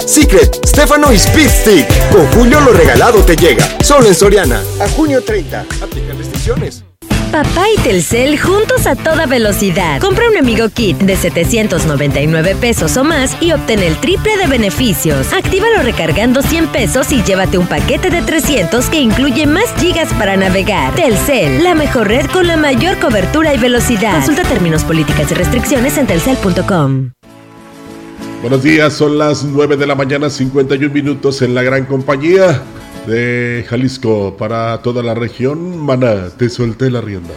Secret, Stefano y Speed Stick. Con Julio lo regalado te llega. Solo en Soriana. A junio 30. Aplican restricciones. Papá y Telcel juntos a toda velocidad. Compra un Amigo Kit de 799 pesos o más y obtén el triple de beneficios. Actívalo recargando 100 pesos y llévate un paquete de 300 que incluye más gigas para navegar. Telcel, la mejor red con la mayor cobertura y velocidad. Consulta términos, políticas y restricciones en telcel.com. Buenos días, son las 9 de la mañana, 51 minutos en la gran compañía de Jalisco para toda la región. Maná, te solté la rienda.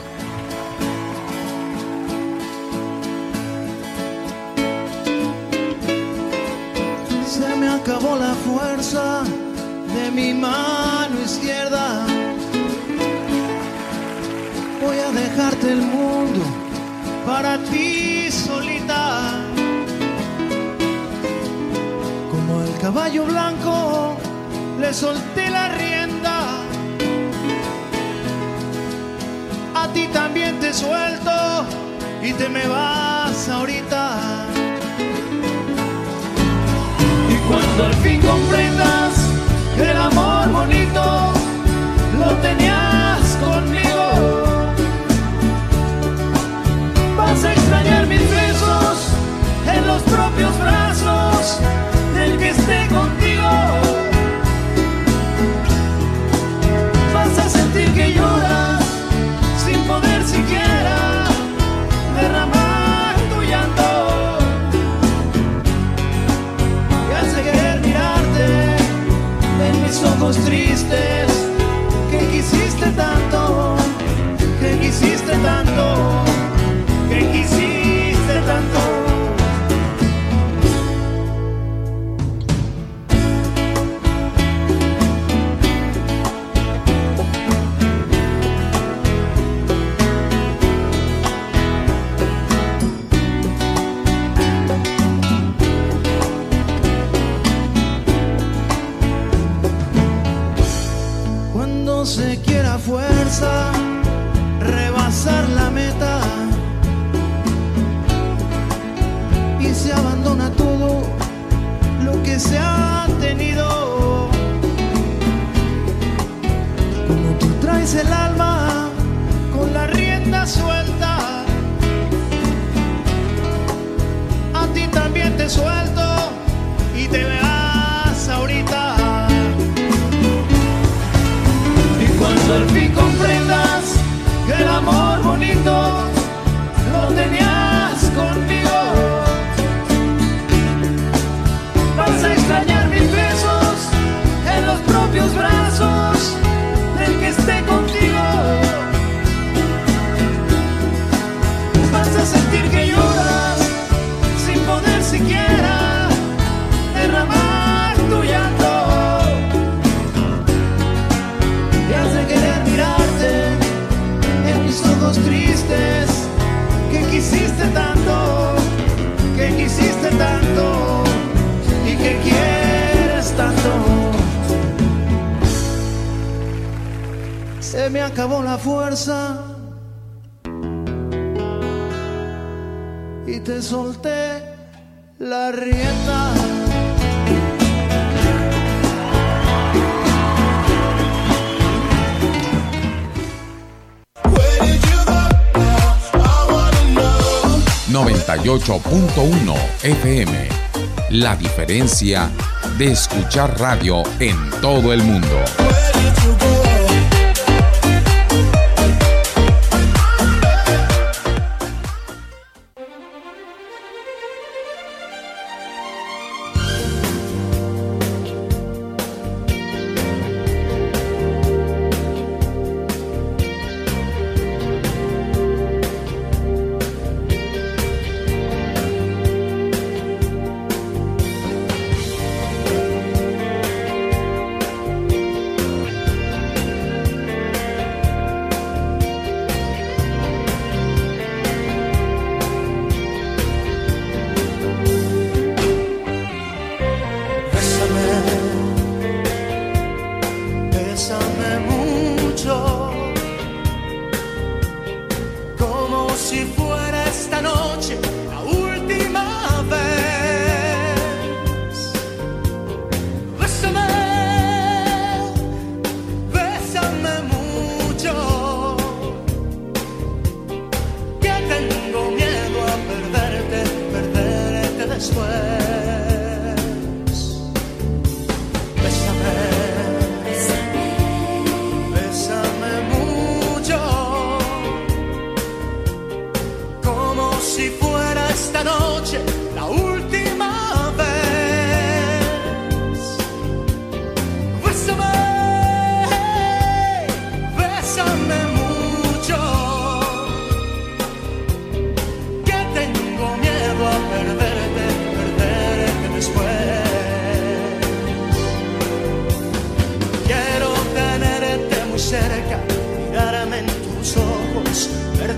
Se me acabó la fuerza de mi mano izquierda. Voy a dejarte el mundo para ti solita. Como el caballo blanco le solté la rienda, a ti también te suelto y te me vas ahorita. Y cuando al fin comprendas que el amor bonito lo tenías conmigo, vas a extrañar mis besos en los propios brazos del que esté contigo. Vas a sentir que lloras sin poder siquiera derramar tu llanto. Y has de querer mirarte en mis ojos tristes, que quisiste tanto, que quisiste tanto, que quisiste tanto. Se quiera fuerza rebasar la meta y se abandona todo lo que se ha tenido. Como tú traes el alma con la rienda suelta, a ti también te suelto y te vas ahorita. Cuando al fin comprendas que el amor bonito lo tenías conmigo, vas a extrañar mis besos en los propios brazos del que esté contigo. Vas a sentir que lloras sin poder siquiera derramar tu llanto. Ojos tristes, que quisiste tanto, que quisiste tanto y que quieres tanto. Se me acabó la fuerza y te solté la rienda. 98.1 FM. La diferencia de escuchar radio en todo el mundo.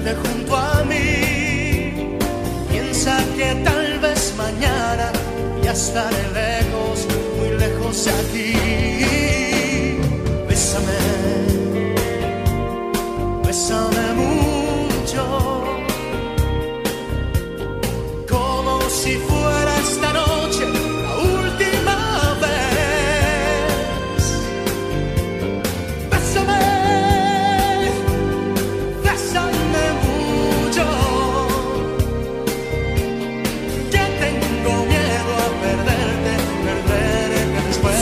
verte junto a mí. Piensa que tal vez mañana ya estaré lejos, muy lejos de aquí. Bésame, bésame mucho, como si fuera esta noche la última vez. Bésame, bésame mucho, que tengo miedo a perderte después.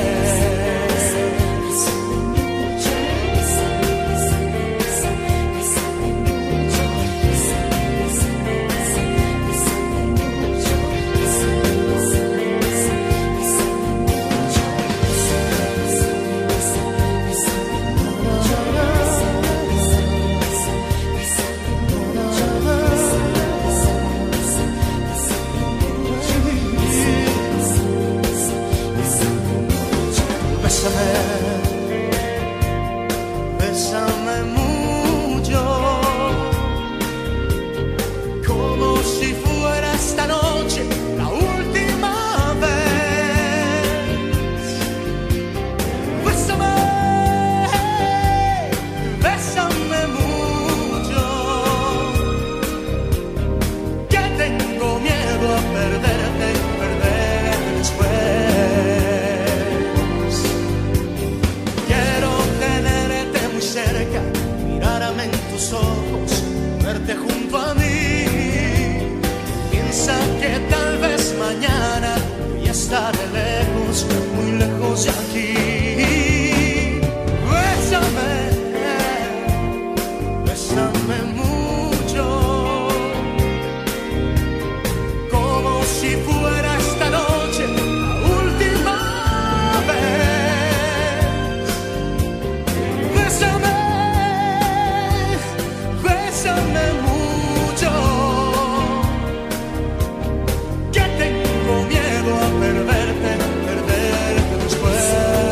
Bésame mucho, como si fuera esta noche la última vez. Bésame, bésame mucho, que tengo miedo a perderte después. Cerca, mirarme en tus ojos, verte junto a mí. Piensa que tal vez mañana ya estaré lejos, muy lejos de aquí. Bésame, bésame mucho, como si fuera esta noche la última vez. Bésame, bésame mucho, que tengo miedo a perderte después.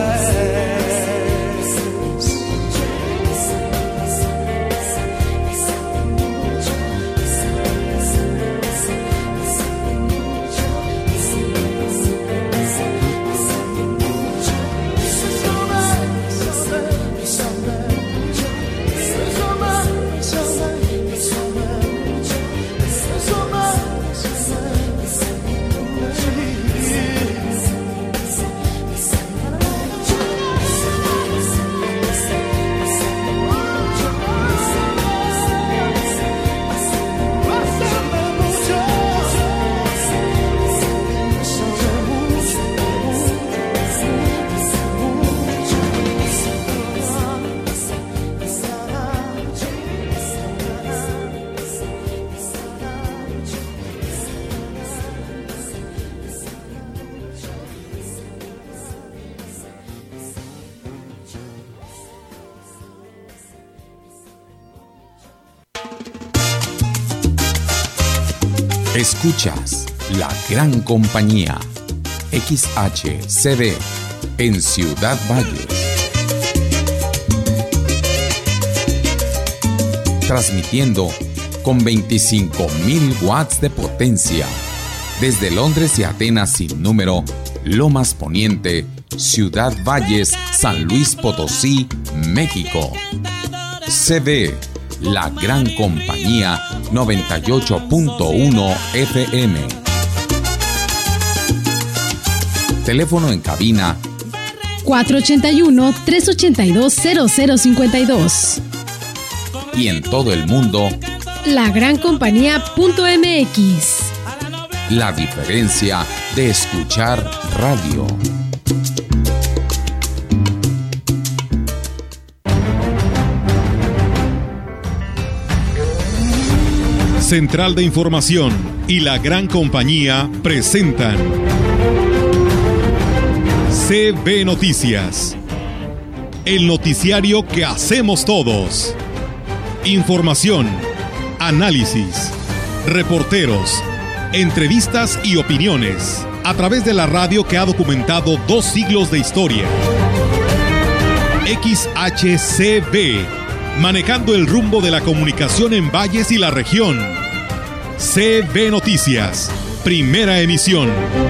Escuchas La Gran Compañía, XHCD, en Ciudad Valles. Transmitiendo con 25.000 watts de potencia. Desde Londres y Atenas sin número, Lomas Poniente, Ciudad Valles, San Luis Potosí, México. CD, La Gran Compañía, 98.1 FM. Teléfono en cabina 481-382-0052. Y en todo el mundo, lagrancompañía.mx. La diferencia de escuchar radio. Central de Información y La Gran Compañía presentan CB Noticias, el noticiario que hacemos todos. Información, análisis, reporteros, entrevistas y opiniones a través de la radio que ha documentado 2 siglos de historia. XHCB, manejando el rumbo de la comunicación en Valles y la región. CB Noticias, primera emisión.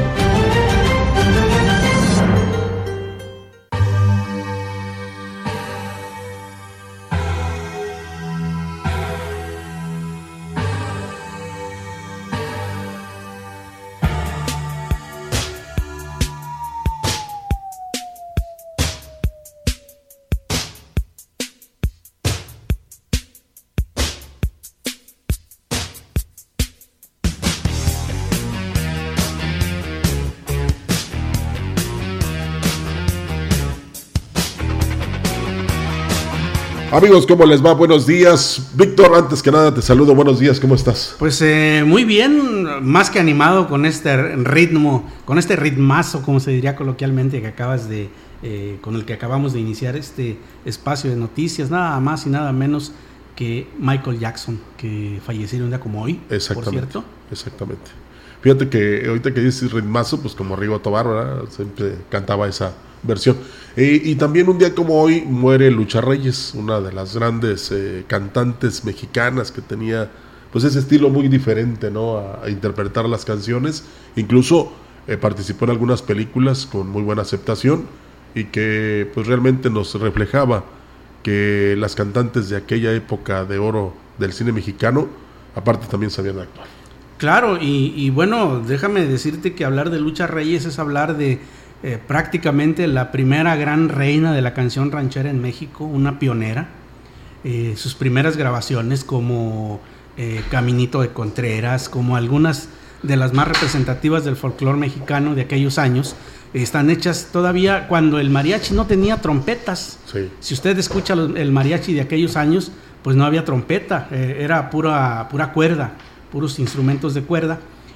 Amigos, ¿cómo les va? Buenos días. Víctor, antes que nada te saludo. Buenos días, ¿cómo estás? Pues muy bien, más que animado con este ritmo, con este ritmazo, como se diría coloquialmente, con el que acabamos de iniciar este espacio de noticias, nada más y nada menos que Michael Jackson, que falleció un día como hoy, por cierto. Exactamente. Fíjate que ahorita que dices ritmazo, pues como Rigo Tobar, ¿verdad? Siempre cantaba esa versión. Y también un día como hoy muere Lucha Reyes, una de las grandes cantantes mexicanas que tenía pues ese estilo muy diferente, ¿no? A interpretar las canciones. Incluso participó en algunas películas con muy buena aceptación y que pues realmente nos reflejaba que las cantantes de aquella época de oro del cine mexicano aparte también sabían actuar. Claro, y bueno, déjame decirte que hablar de Lucha Reyes es hablar de prácticamente la primera gran reina de la canción ranchera en México, una pionera. Sus primeras grabaciones como Caminito de Contreras, como algunas de las más representativas del folclore mexicano de aquellos años, están hechas todavía cuando el mariachi no tenía trompetas. Sí. Si usted escucha el mariachi de aquellos años, pues no había trompeta, era pura cuerda, puros instrumentos de cuerda.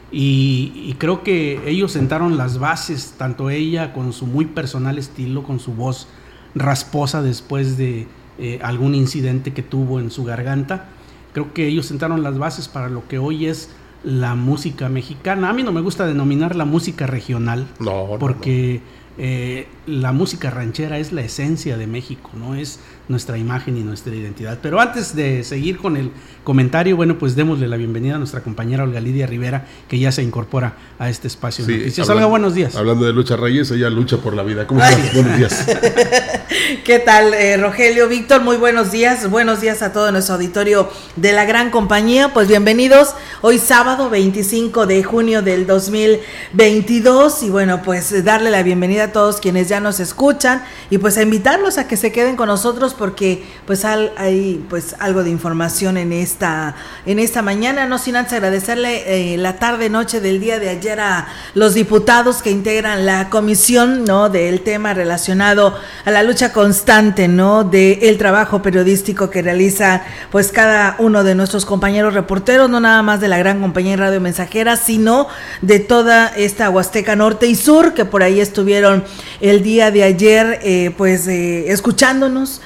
Y creo que ellos sentaron las bases, tanto ella con su muy personal estilo, con su voz rasposa después de algún incidente que tuvo en su garganta. Creo que ellos sentaron las bases para lo que hoy es la música mexicana. A mí no me gusta denominar la música regional, porque la música ranchera es la esencia de México, ¿no? Es nuestra imagen y nuestra identidad. Pero antes de seguir con el comentario, bueno, pues démosle la bienvenida a nuestra compañera Olga Lidia Rivera, que ya se incorpora a este espacio de noticias. Olga, buenos días. Hablando de Lucha Reyes, ella lucha por la vida. ¿Cómo estás? Buenos días. ¿Qué tal, Rogelio, Víctor? Muy buenos días. Buenos días a todo nuestro auditorio de la gran compañía. Pues bienvenidos hoy sábado 25 de junio del 2022. Y bueno, pues darle la bienvenida a todos quienes ya nos escuchan y pues a invitarlos a que se queden con nosotros porque pues hay pues algo de información en esta mañana, no sin antes agradecerle la tarde noche del día de ayer a los diputados que integran la comisión, ¿no?, del tema relacionado a la lucha constante, ¿no?, del trabajo periodístico que realiza pues cada uno de nuestros compañeros reporteros, no nada más de la gran compañía Radio Mensajera, sino de toda esta Huasteca Norte y Sur, que por ahí estuvieron el día de ayer escuchándonos.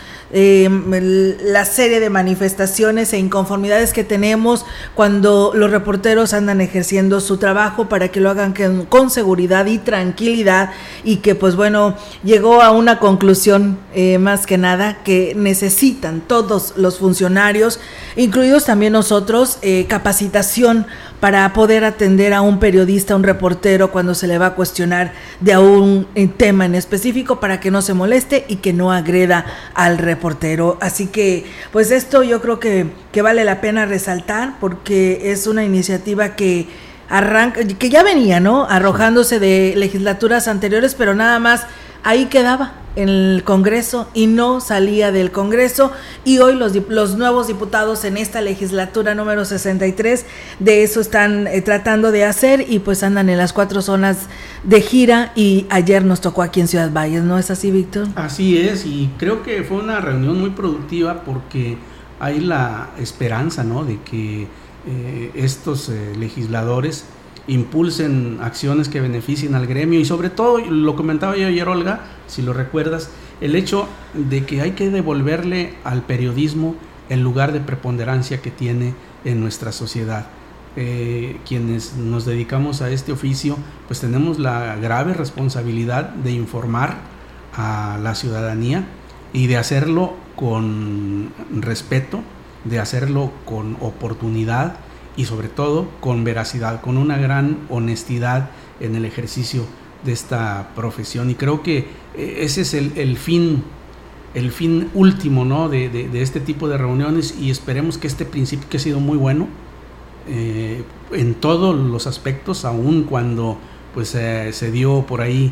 La serie de manifestaciones e inconformidades que tenemos cuando los reporteros andan ejerciendo su trabajo para que lo hagan con seguridad y tranquilidad, y que pues bueno, llegó a una conclusión más que nada que necesitan todos los funcionarios, incluidos también nosotros, capacitación para poder atender a un periodista, a un reportero cuando se le va a cuestionar de un tema en específico, para que no se moleste y que no agreda al reportero. Así que pues esto yo creo que vale la pena resaltar, porque es una iniciativa que ya venía, ¿no?, arrojándose de legislaturas anteriores, pero nada más ahí quedaba en el Congreso y no salía del Congreso, y hoy los nuevos diputados en esta legislatura número 63 de eso están tratando de hacer, y pues andan en las 4 zonas de gira, y ayer nos tocó aquí en Ciudad Valles, ¿no es así, Víctor? Así es, y creo que fue una reunión muy productiva porque hay la esperanza, ¿no?, de que estos legisladores impulsen acciones que beneficien al gremio, y sobre todo, lo comentaba yo ayer, Olga, si lo recuerdas, el hecho de que hay que devolverle al periodismo el lugar de preponderancia que tiene en nuestra sociedad. Quienes nos dedicamos a este oficio, pues tenemos la grave responsabilidad de informar a la ciudadanía y de hacerlo con respeto, de hacerlo con oportunidad y sobre todo con veracidad, con una gran honestidad en el ejercicio de esta profesión. Y creo que ese es el fin último, ¿no? de este tipo de reuniones, y esperemos que este principio, que ha sido muy bueno en todos los aspectos, aun cuando pues se dio por ahí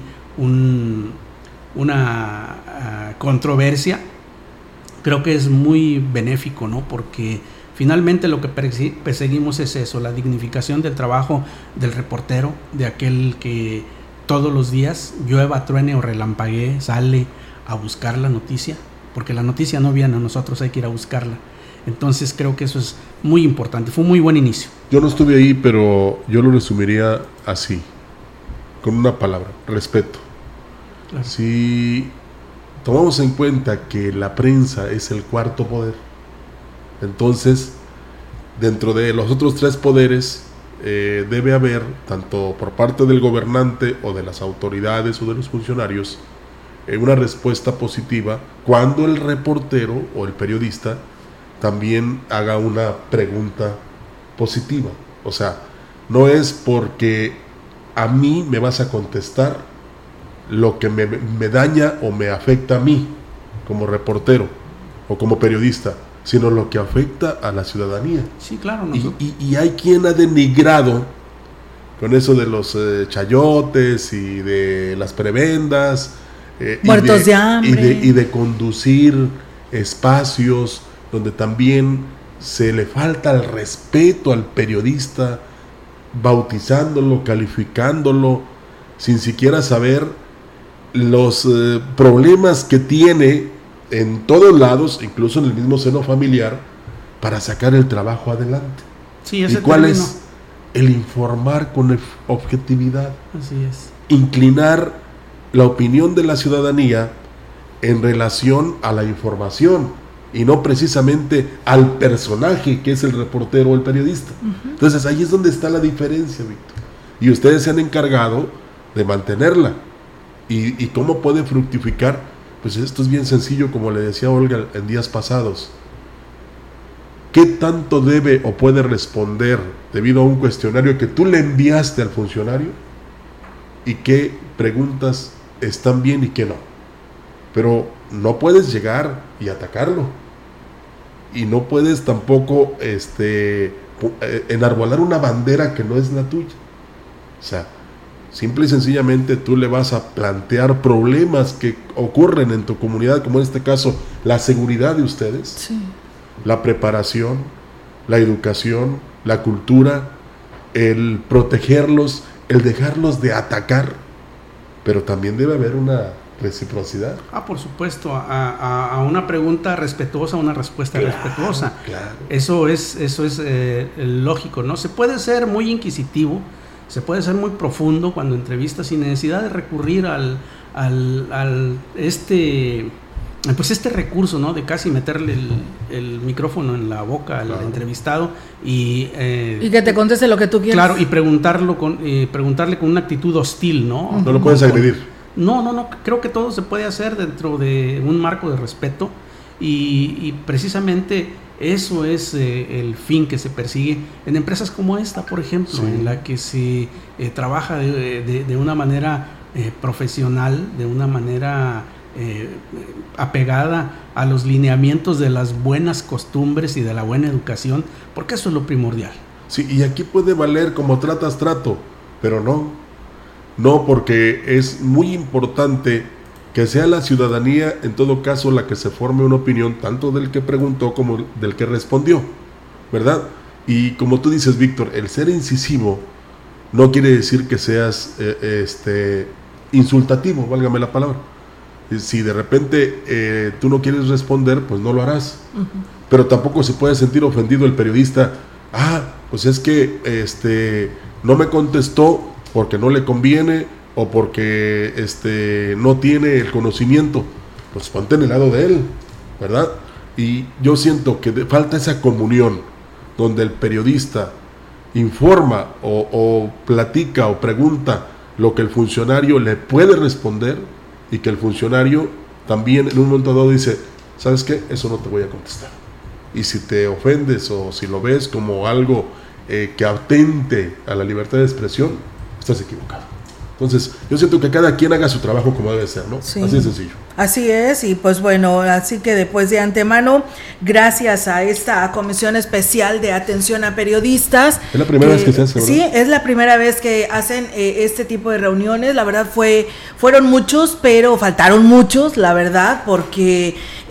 una controversia, creo que es muy benéfico, ¿no? Porque finalmente lo que perseguimos es eso, la dignificación del trabajo del reportero, de aquel que todos los días, llueva, truene o relampaguee, sale a buscar la noticia, porque la noticia no viene a nosotros, hay que ir a buscarla. Entonces creo que eso es muy importante, fue un muy buen inicio. Yo no estuve ahí, pero yo lo resumiría así, con una palabra: respeto. Claro. Si tomamos en cuenta que la prensa es el cuarto poder, entonces dentro de los otros tres poderes debe haber, tanto por parte del gobernante o de las autoridades o de los funcionarios, una respuesta positiva cuando el reportero o el periodista también haga una pregunta positiva. O sea, no es porque a mí me vas a contestar lo que me daña o me afecta a mí como reportero o como periodista, sino lo que afecta a la ciudadanía. Sí, claro. Y hay quien ha denigrado con eso de los chayotes y de las prebendas, muertos de hambre, y de conducir espacios donde también se le falta el respeto al periodista, bautizándolo, calificándolo, sin siquiera saber los problemas que tiene en todos lados, incluso en el mismo seno familiar, para sacar el trabajo adelante. Sí, ¿Y cuál es? El informar con objetividad. Así es. Inclinar la opinión de la ciudadanía en relación a la información y no precisamente al personaje que es el reportero o el periodista. Uh-huh. Entonces ahí es donde está la diferencia, Víctor. Y ustedes se han encargado de mantenerla. ¿Y cómo puede fructificar? Pues esto es bien sencillo, como le decía Olga en días pasados. ¿Qué tanto debe o puede responder debido a un cuestionario que tú le enviaste al funcionario? ¿Y qué preguntas están bien y qué no? Pero no puedes llegar y atacarlo. Y no puedes tampoco enarbolar una bandera que no es la tuya. O sea, simple y sencillamente tú le vas a plantear problemas que ocurren en tu comunidad, como en este caso la seguridad de ustedes, sí, la preparación, la educación, la cultura, el protegerlos, el dejarlos de atacar, pero también debe haber una reciprocidad. Por supuesto, a una pregunta respetuosa, una respuesta respetuosa. Claro. Eso es lógico, ¿no? Se puede ser muy inquisitivo, se puede ser muy profundo cuando entrevistas sin necesidad de recurrir pues este recurso, ¿no? De casi meterle el micrófono en la boca al entrevistado y que te conteste lo que tú quieras. Claro, y preguntarle con una actitud hostil, ¿no? No lo puedes agredir. No, creo que todo se puede hacer dentro de un marco de respeto y precisamente eso es el fin que se persigue en empresas como esta, por ejemplo, sí, en la que se trabaja de una manera profesional, de una manera apegada a los lineamientos de las buenas costumbres y de la buena educación, porque eso es lo primordial. Sí, y aquí puede valer como tratas trato, pero no, porque es muy importante que sea la ciudadanía, en todo caso, la que se forme una opinión, tanto del que preguntó como del que respondió, ¿verdad? Y como tú dices, Víctor, el ser incisivo no quiere decir que seas insultativo, válgame la palabra. Si de repente tú no quieres responder, pues no lo harás. Uh-huh. Pero tampoco se puede sentir ofendido el periodista. Pues es que no me contestó porque no le conviene o porque no tiene el conocimiento. Pues ponte en el lado de él, ¿verdad? Y yo siento que falta esa comunión donde el periodista informa o platica o pregunta lo que el funcionario le puede responder y que el funcionario también en un momento dado dice, ¿sabes qué? Eso no te voy a contestar. Y si te ofendes o si lo ves como algo que atente a la libertad de expresión, estás equivocado. Entonces, yo siento que cada quien haga su trabajo como debe ser, ¿no? Sí. Así de sencillo. Así es, y pues bueno, así que después de antemano, gracias a esta Comisión Especial de Atención a Periodistas. Es la primera vez que se hace, ¿verdad? Sí, es la primera vez que hacen este tipo de reuniones. La verdad fueron muchos, pero faltaron muchos, la verdad, porque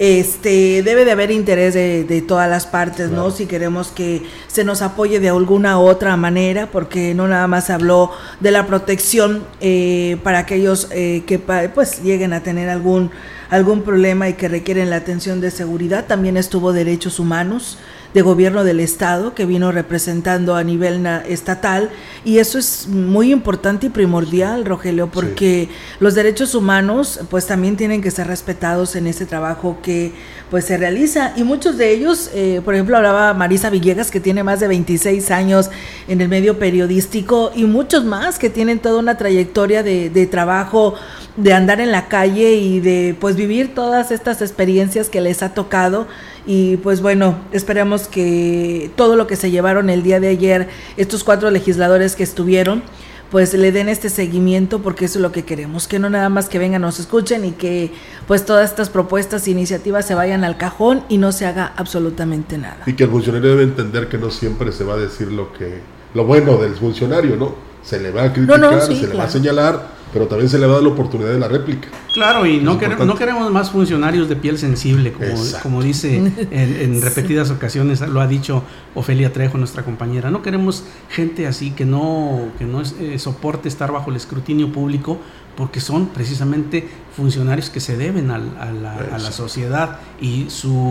debe de haber interés de todas las partes, claro, ¿no? Si queremos que se nos apoye de alguna otra manera, porque no nada más se habló de la protección para aquellos que pues lleguen a tener algún problema y que requieren la atención de seguridad. También estuvo Derechos Humanos de Gobierno del Estado, que vino representando a nivel estatal, y eso es muy importante y primordial, Rogelio, porque los derechos humanos pues también tienen que ser respetados en este trabajo que pues se realiza, y muchos de ellos, por ejemplo, hablaba Marisa Villegas, que tiene más de 26 años en el medio periodístico, y muchos más que tienen toda una trayectoria de trabajo, de andar en la calle y de pues vivir todas estas experiencias que les ha tocado. Y pues bueno, esperemos que todo lo que se llevaron el día de ayer, estos 4 legisladores que estuvieron, pues le den este seguimiento, porque eso es lo que queremos, que no nada más que vengan, nos escuchen y que pues todas estas propuestas e iniciativas se vayan al cajón y no se haga absolutamente nada. Y que el funcionario debe entender que no siempre se va a decir lo bueno del funcionario, ¿no? Se le va a criticar, se le va a señalar, pero también se le va a dar la oportunidad de la réplica. Claro, y no queremos más funcionarios de piel sensible, como dice en repetidas ocasiones, lo ha dicho Ofelia Trejo, nuestra compañera. No queremos gente así que no soporte estar bajo el escrutinio público, porque son precisamente funcionarios que se deben a la sociedad, y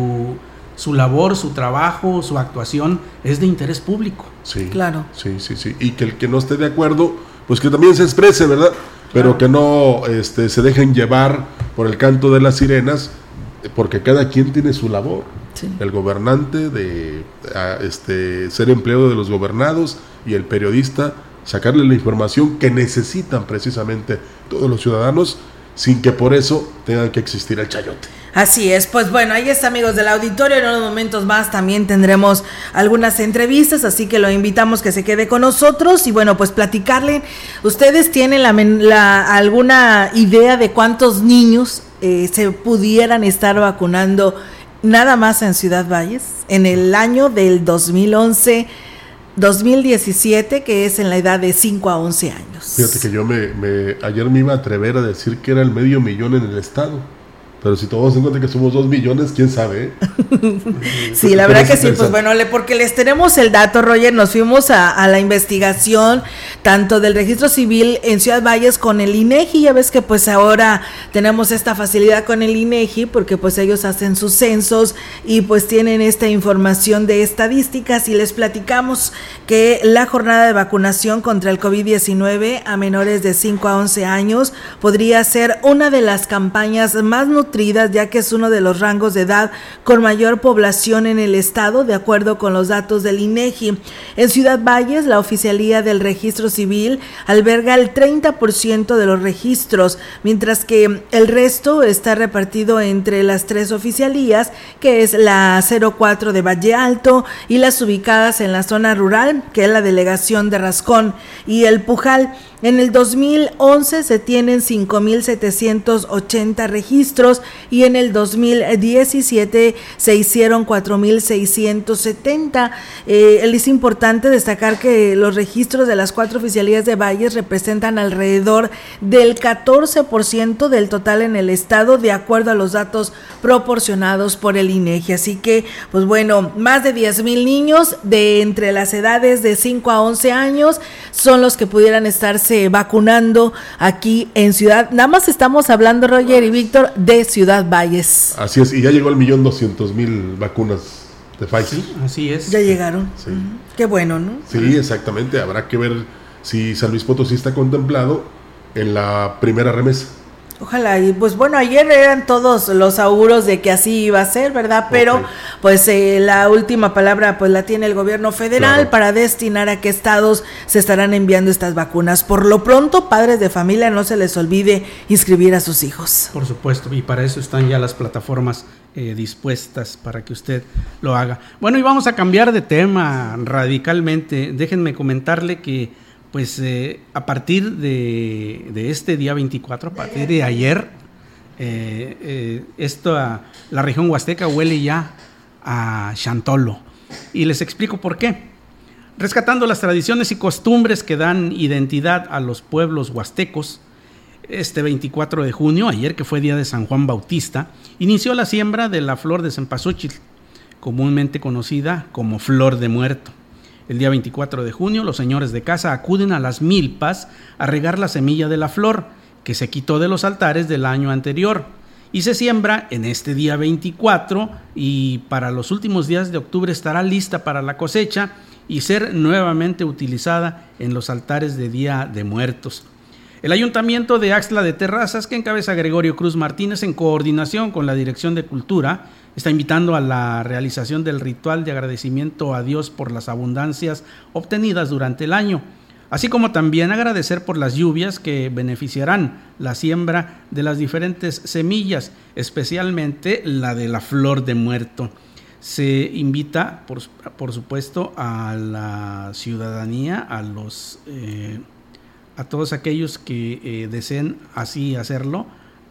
su labor, su trabajo, su actuación es de interés público. Sí, claro. Sí. Y que el que no esté de acuerdo, pues que también se exprese, ¿verdad? Pero que no se dejen llevar por el canto de las sirenas, porque cada quien tiene su labor. Sí. El gobernante de ser empleado de los gobernados, y el periodista sacarle la información que necesitan precisamente todos los ciudadanos, sin que por eso tengan que existir el chayote. Así es, pues bueno, ahí está, amigos del auditorio. En unos momentos más también tendremos algunas entrevistas, así que lo invitamos que se quede con nosotros y bueno, pues platicarle. ¿Ustedes tienen alguna idea de cuántos niños se pudieran estar vacunando nada más en Ciudad Valles en el año del 2017, que es en la edad de 5 a 11 años? Fíjate que yo ayer me iba a atrever a decir que era el 500,000 en el estado. Pero si tomamos en cuenta que somos 2 millones, quién sabe. Sí, la verdad que sí, pues bueno, porque les tenemos el dato, Roger. Nos fuimos a la investigación tanto del registro civil en Ciudad Valles con el INEGI. Ya ves que pues ahora tenemos esta facilidad con el INEGI, porque pues ellos hacen sus censos y pues tienen esta información de estadísticas, y les platicamos que la jornada de vacunación contra el COVID-19 a menores de 5 a 11 años podría ser una de las campañas más nutridas, ya que es uno de los rangos de edad con mayor población en el estado, de acuerdo con los datos del INEGI. En Ciudad Valles, la Oficialía del Registro Civil alberga el 30% de los registros, mientras que el resto está repartido entre las 3 oficialías, que es la 04 de Valle Alto y las ubicadas en la zona rural, que es la delegación de Rascón y el Pujal. En el 2011 se tienen 5,780 registros, y en el 2017 se hicieron 4,670. Es importante destacar que los registros de las 4 oficialías de Valles representan alrededor del 14% del total en el estado, de acuerdo a los datos proporcionados por el INEGI. Así que, pues bueno, más de 10,000 niños de entre las edades de 5 a 11 años son los que pudieran estarse vacunando aquí en Ciudad. Nada más estamos hablando, Roger y Víctor, de Ciudad Valles. Así es, y ya llegó el 1,200,000 vacunas de Pfizer. Sí, así es. Ya llegaron. Sí. Qué bueno, ¿no? Sí, exactamente. Habrá que ver si San Luis Potosí está contemplado en la primera remesa. Ojalá, y pues bueno, ayer eran todos los auguros de que así iba a ser, ¿verdad? Pero pues la última palabra pues la tiene el gobierno federal para destinar a qué estados se estarán enviando estas vacunas. Por lo pronto, padres de familia, no se les olvide inscribir a sus hijos. Por supuesto, y para eso están ya las plataformas dispuestas para que usted lo haga. Bueno, y vamos a cambiar de tema radicalmente. Déjenme comentarle que pues a partir de este día 24, a partir de ayer, la región huasteca huele ya a Chantolo. Y les explico por qué. Rescatando las tradiciones y costumbres que dan identidad a los pueblos huastecos, este 24 de junio, ayer que fue día de San Juan Bautista, inició la siembra de la flor de cempasúchil, comúnmente conocida como flor de muerto. El día 24 de junio, los señores de casa acuden a las milpas a regar la semilla de la flor, que se quitó de los altares del año anterior, y se siembra en este día 24, y para los últimos días de octubre estará lista para la cosecha y ser nuevamente utilizada en los altares de Día de Muertos. El Ayuntamiento de Axtla de Terrazas, que encabeza Gregorio Cruz Martínez en coordinación con la Dirección de Cultura, está invitando a la realización del ritual de agradecimiento a Dios por las abundancias obtenidas durante el año, así como también agradecer por las lluvias que beneficiarán la siembra de las diferentes semillas, especialmente la de la flor de muerto. Se invita, por supuesto, a la ciudadanía, a todos aquellos que deseen así hacerlo,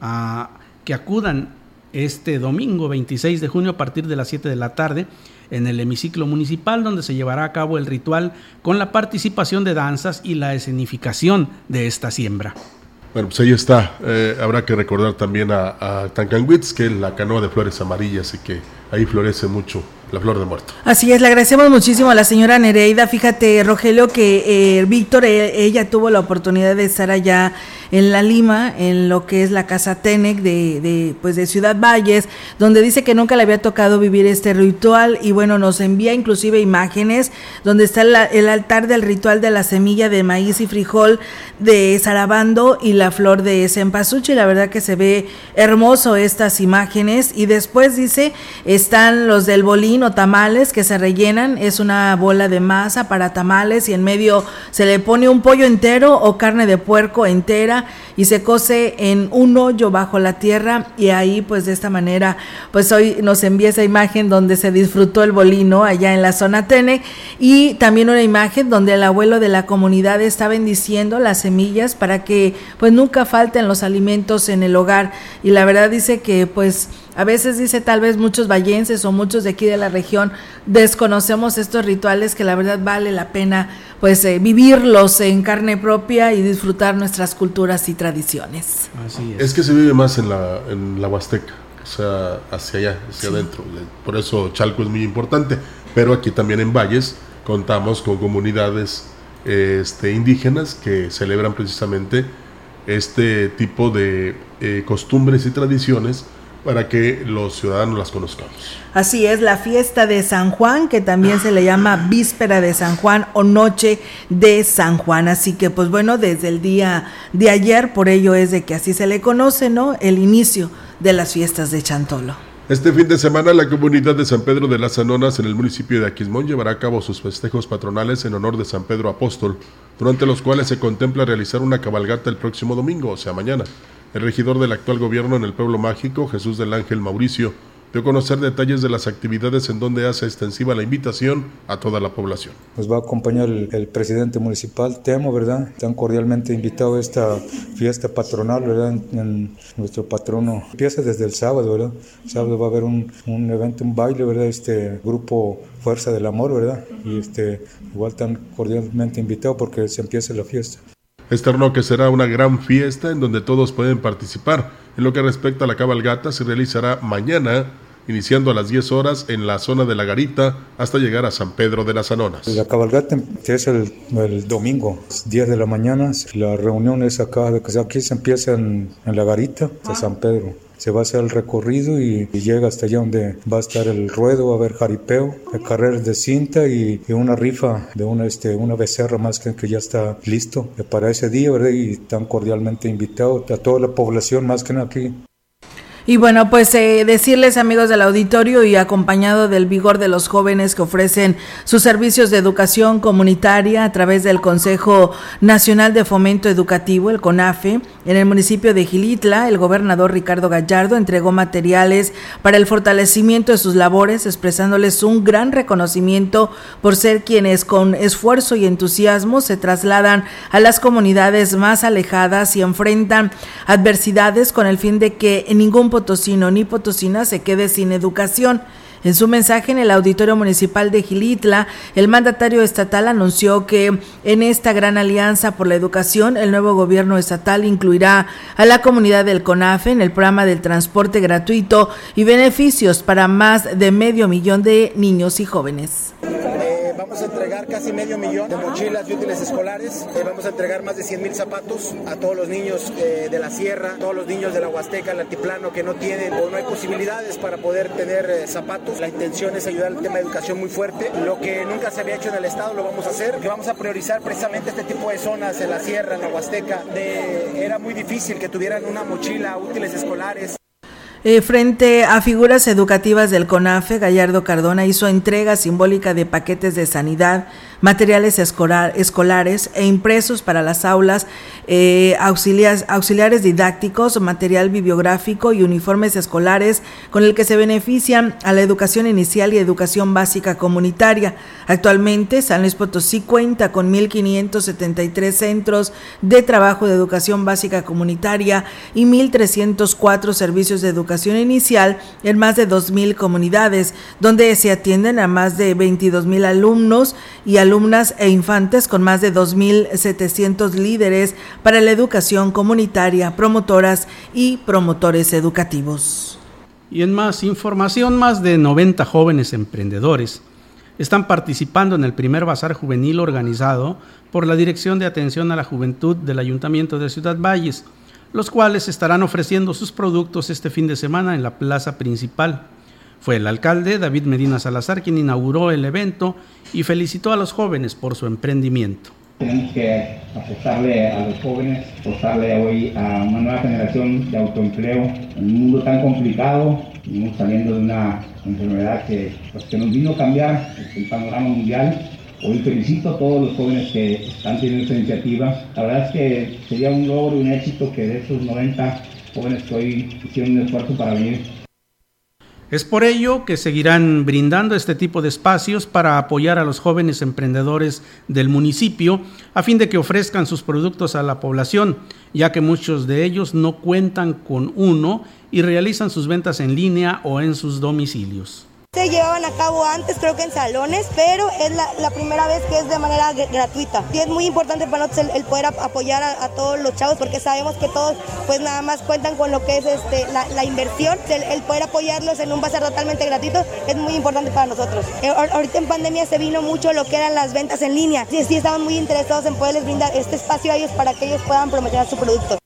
a que acudan este domingo 26 de junio a partir de las 7 de la tarde en el hemiciclo municipal, donde se llevará a cabo el ritual con la participación de danzas y la escenificación de esta siembra. Bueno, pues ahí está. Habrá que recordar también a Tancanwitz, que es la canoa de flores amarillas y que ahí florece mucho la flor de muerto. Así es, le agradecemos muchísimo a la señora Nereida. Fíjate, Rogelio, que Víctor, ella tuvo la oportunidad de estar allá en La Lima, en lo que es la Casa Tenec de Ciudad Valles, donde dice que nunca le había tocado vivir este ritual, y bueno, nos envía inclusive imágenes donde está el altar del ritual de la semilla de maíz y frijol de Sarabando y la flor de cempasúchil. La verdad que se ve hermoso estas imágenes. Y después dice, están los del bolín o tamales que se rellenan, es una bola de masa para tamales y en medio se le pone un pollo entero o carne de puerco entera y se cose en un hoyo bajo la tierra, y ahí pues de esta manera pues hoy nos envía esa imagen donde se disfrutó el bolino allá en la zona Tenec, y también una imagen donde el abuelo de la comunidad está bendiciendo las semillas para que pues nunca falten los alimentos en el hogar. Y la verdad dice que pues a veces dice tal vez muchos vallenses o muchos de aquí de la región desconocemos estos rituales que la verdad vale la pena pues vivirlos en carne propia y disfrutar nuestras culturas y tradiciones. Así es. Es que se vive más en la Huasteca, o sea, hacia allá, hacia adentro. Por eso Chalco es muy importante, pero aquí también en Valles contamos con comunidades indígenas que celebran precisamente este tipo de costumbres y tradiciones para que los ciudadanos las conozcamos. Así es, la fiesta de San Juan, que también se le llama Víspera de San Juan o Noche de San Juan. Así que, pues bueno, desde el día de ayer, por ello es de que así se le conoce, ¿no?, el inicio de las fiestas de Chantolo. Este fin de semana, la comunidad de San Pedro de las Anonas en el municipio de Aquismón llevará a cabo sus festejos patronales en honor de San Pedro Apóstol, durante los cuales se contempla realizar una cabalgata el próximo domingo, o sea, mañana. El regidor del actual gobierno en el Pueblo Mágico, Jesús del Ángel Mauricio, dio a conocer detalles de las actividades en donde hace extensiva la invitación a toda la población. Nos va a acompañar el presidente municipal, Temo, ¿verdad? Tan cordialmente invitado a esta fiesta patronal, ¿verdad? En nuestro patrono. Empieza desde el sábado, ¿verdad? El sábado va a haber un evento, un baile, ¿verdad? Grupo Fuerza del Amor, ¿verdad? Y igual tan cordialmente invitado porque se empieza la fiesta. Externó que será una gran fiesta en donde todos pueden participar. En lo que respecta a la cabalgata, se realizará mañana, iniciando a las 10 horas en la zona de la Garita hasta llegar a San Pedro de las Anonas. La cabalgata es el domingo, 10 de la mañana. La reunión es acá, aquí se empieza en la Garita de San Pedro. Se va a hacer el recorrido y llega hasta allá donde va a estar el ruedo, va a haber jaripeo, carreras de cinta y una rifa de una becerra más que ya está listo para ese día, ¿verdad? Y están cordialmente invitados a toda la población, más que nada aquí. Y bueno, pues decirles, amigos del auditorio, y acompañado del vigor de los jóvenes que ofrecen sus servicios de educación comunitaria a través del Consejo Nacional de Fomento Educativo, el CONAFE, en el municipio de Xilitla, el gobernador Ricardo Gallardo entregó materiales para el fortalecimiento de sus labores, expresándoles un gran reconocimiento por ser quienes con esfuerzo y entusiasmo se trasladan a las comunidades más alejadas y enfrentan adversidades con el fin de que ningún potosino ni potosina se quede sin educación. En su mensaje en el Auditorio Municipal de Xilitla, el mandatario estatal anunció que en esta gran alianza por la educación, el nuevo gobierno estatal incluirá a la comunidad del CONAFE en el programa del transporte gratuito y beneficios para más de 500,000 de niños y jóvenes. Vamos a entregar casi 500,000 de mochilas y útiles escolares. Vamos a entregar más de 100,000 zapatos a todos los niños de la sierra, todos los niños de la Huasteca, el altiplano, que no tienen o no hay posibilidades para poder tener zapatos. La intención es ayudar al tema de educación muy fuerte. Lo que nunca se había hecho en el estado lo vamos a hacer, que vamos a priorizar precisamente este tipo de zonas en la sierra, en la Huasteca. Era muy difícil que tuvieran una mochila, útiles escolares. Frente a figuras educativas del CONAFE, Gallardo Cardona hizo entrega simbólica de paquetes de sanidad, materiales escolares e impresos para las aulas, auxiliares didácticos, material bibliográfico y uniformes escolares con el que se benefician a la educación inicial y educación básica comunitaria. Actualmente, San Luis Potosí cuenta con 1,573 centros de trabajo de educación básica comunitaria y 1,304 servicios de educación inicial en más de 2,000 comunidades, donde se atienden a más de 22,000 alumnos y alumnas e infantes, con más de 2,700 líderes para la educación comunitaria, promotoras y promotores educativos. Y en más información, más de 90 jóvenes emprendedores están participando en el primer bazar juvenil organizado por la Dirección de Atención a la Juventud del Ayuntamiento de Ciudad Valles, los cuales estarán ofreciendo sus productos este fin de semana en la plaza principal. Fue el alcalde David Medina Salazar quien inauguró el evento y felicitó a los jóvenes por su emprendimiento. Tenemos que apostarle a los jóvenes, apostarle hoy a una nueva generación de autoempleo en un mundo tan complicado. Venimos saliendo de una enfermedad que nos vino a cambiar el panorama mundial. Hoy felicito a todos los jóvenes que están teniendo esta iniciativa. La verdad es que sería un logro y un éxito que de esos 90 jóvenes que hoy hicieron un esfuerzo para venir. Es por ello que seguirán brindando este tipo de espacios para apoyar a los jóvenes emprendedores del municipio a fin de que ofrezcan sus productos a la población, ya que muchos de ellos no cuentan con uno y realizan sus ventas en línea o en sus domicilios. Se llevaban a cabo antes, creo que en salones, pero es la primera vez que es de manera gratuita. Y es muy importante para nosotros el poder apoyar a todos los chavos, porque sabemos que todos pues nada más cuentan con lo que es la inversión. El poder apoyarlos en un bazar totalmente gratuito es muy importante para nosotros. Ahorita en pandemia se vino mucho lo que eran las ventas en línea. Sí, estamos muy interesados en poderles brindar este espacio a ellos para que ellos puedan promocionar su producto.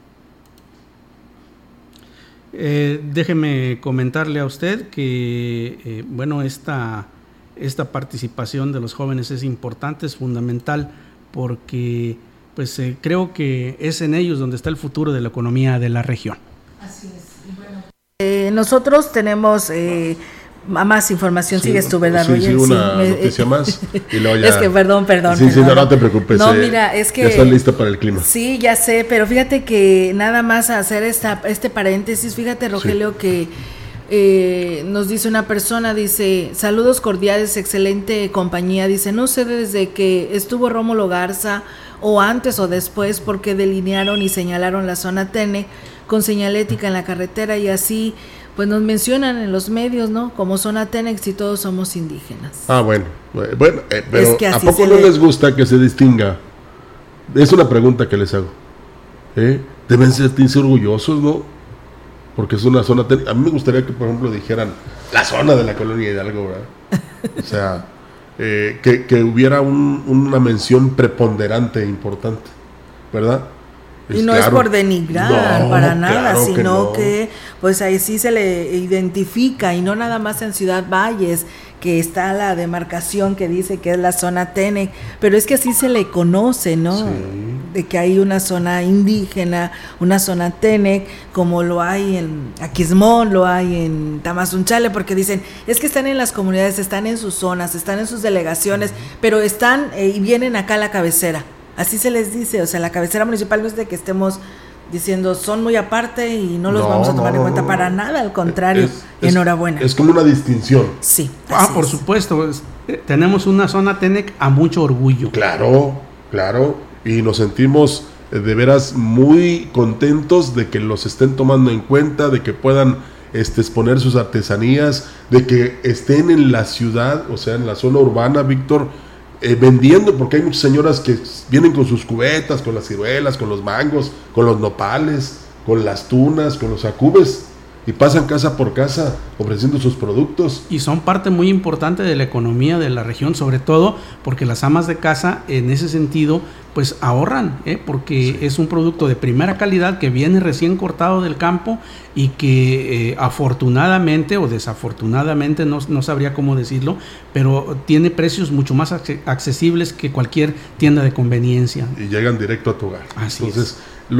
Déjeme comentarle a usted que esta participación de los jóvenes es importante, es fundamental, porque pues creo que es en ellos donde está el futuro de la economía de la región. Así es. Bueno, nosotros tenemos más información, sí, sigues tú, ¿verdad, Roger? Sí, una noticia más y luego ya... Es que, perdón. Sí, no te preocupes. No, mira, es que... Ya estás lista para el clima. Sí, ya sé, pero fíjate que nada más hacer este paréntesis, fíjate, Rogelio, sí, que nos dice una persona, dice, saludos cordiales, excelente compañía, dice, no sé desde que estuvo Rómulo Garza o antes o después, porque delinearon y señalaron la zona Tene con señalética en la carretera y así... Pues nos mencionan en los medios, ¿no? Como zona Tenex y todos somos indígenas. Ah, bueno, pero es que ¿a poco no les gusta que se distinga? Es una pregunta que les hago. Deben sentirse orgullosos, ¿no? Porque es una zona Tenex. A mí me gustaría que, por ejemplo, dijeran la zona de la colonia Hidalgo, ¿verdad? O sea, que hubiera una mención preponderante e importante, ¿verdad? Y no es por denigrar para nada, sino que pues ahí sí se le identifica, y no nada más en Ciudad Valles, que está la demarcación que dice que es la zona Tenec, pero es que así se le conoce, ¿no? Sí. De que hay una zona indígena, una zona Tenec, como lo hay en Aquismón, lo hay en Tamazunchale, porque dicen, es que están en las comunidades, están en sus zonas, están en sus delegaciones, pero están y vienen acá a la cabecera. Así se les dice, o sea, la cabecera municipal no es de que estemos diciendo son muy aparte y no los vamos a tomar en cuenta para nada, al contrario, enhorabuena. Es como una distinción. Sí. Por supuesto, tenemos una zona Tenec a mucho orgullo. Claro, y nos sentimos de veras muy contentos de que los estén tomando en cuenta, de que puedan exponer sus artesanías, de que estén en la ciudad, o sea, en la zona urbana, Víctor, vendiendo, porque hay muchas señoras que vienen con sus cubetas, con las ciruelas, con los mangos, con los nopales, con las tunas, con los acubes, y pasan casa por casa ofreciendo sus productos. Y son parte muy importante de la economía de la región, sobre todo porque las amas de casa en ese sentido pues ahorran, porque es un producto de primera calidad que viene recién cortado del campo y que afortunadamente o desafortunadamente, no sabría cómo decirlo, pero tiene precios mucho más accesibles que cualquier tienda de conveniencia. Y llegan directo a tu hogar. Así Entonces,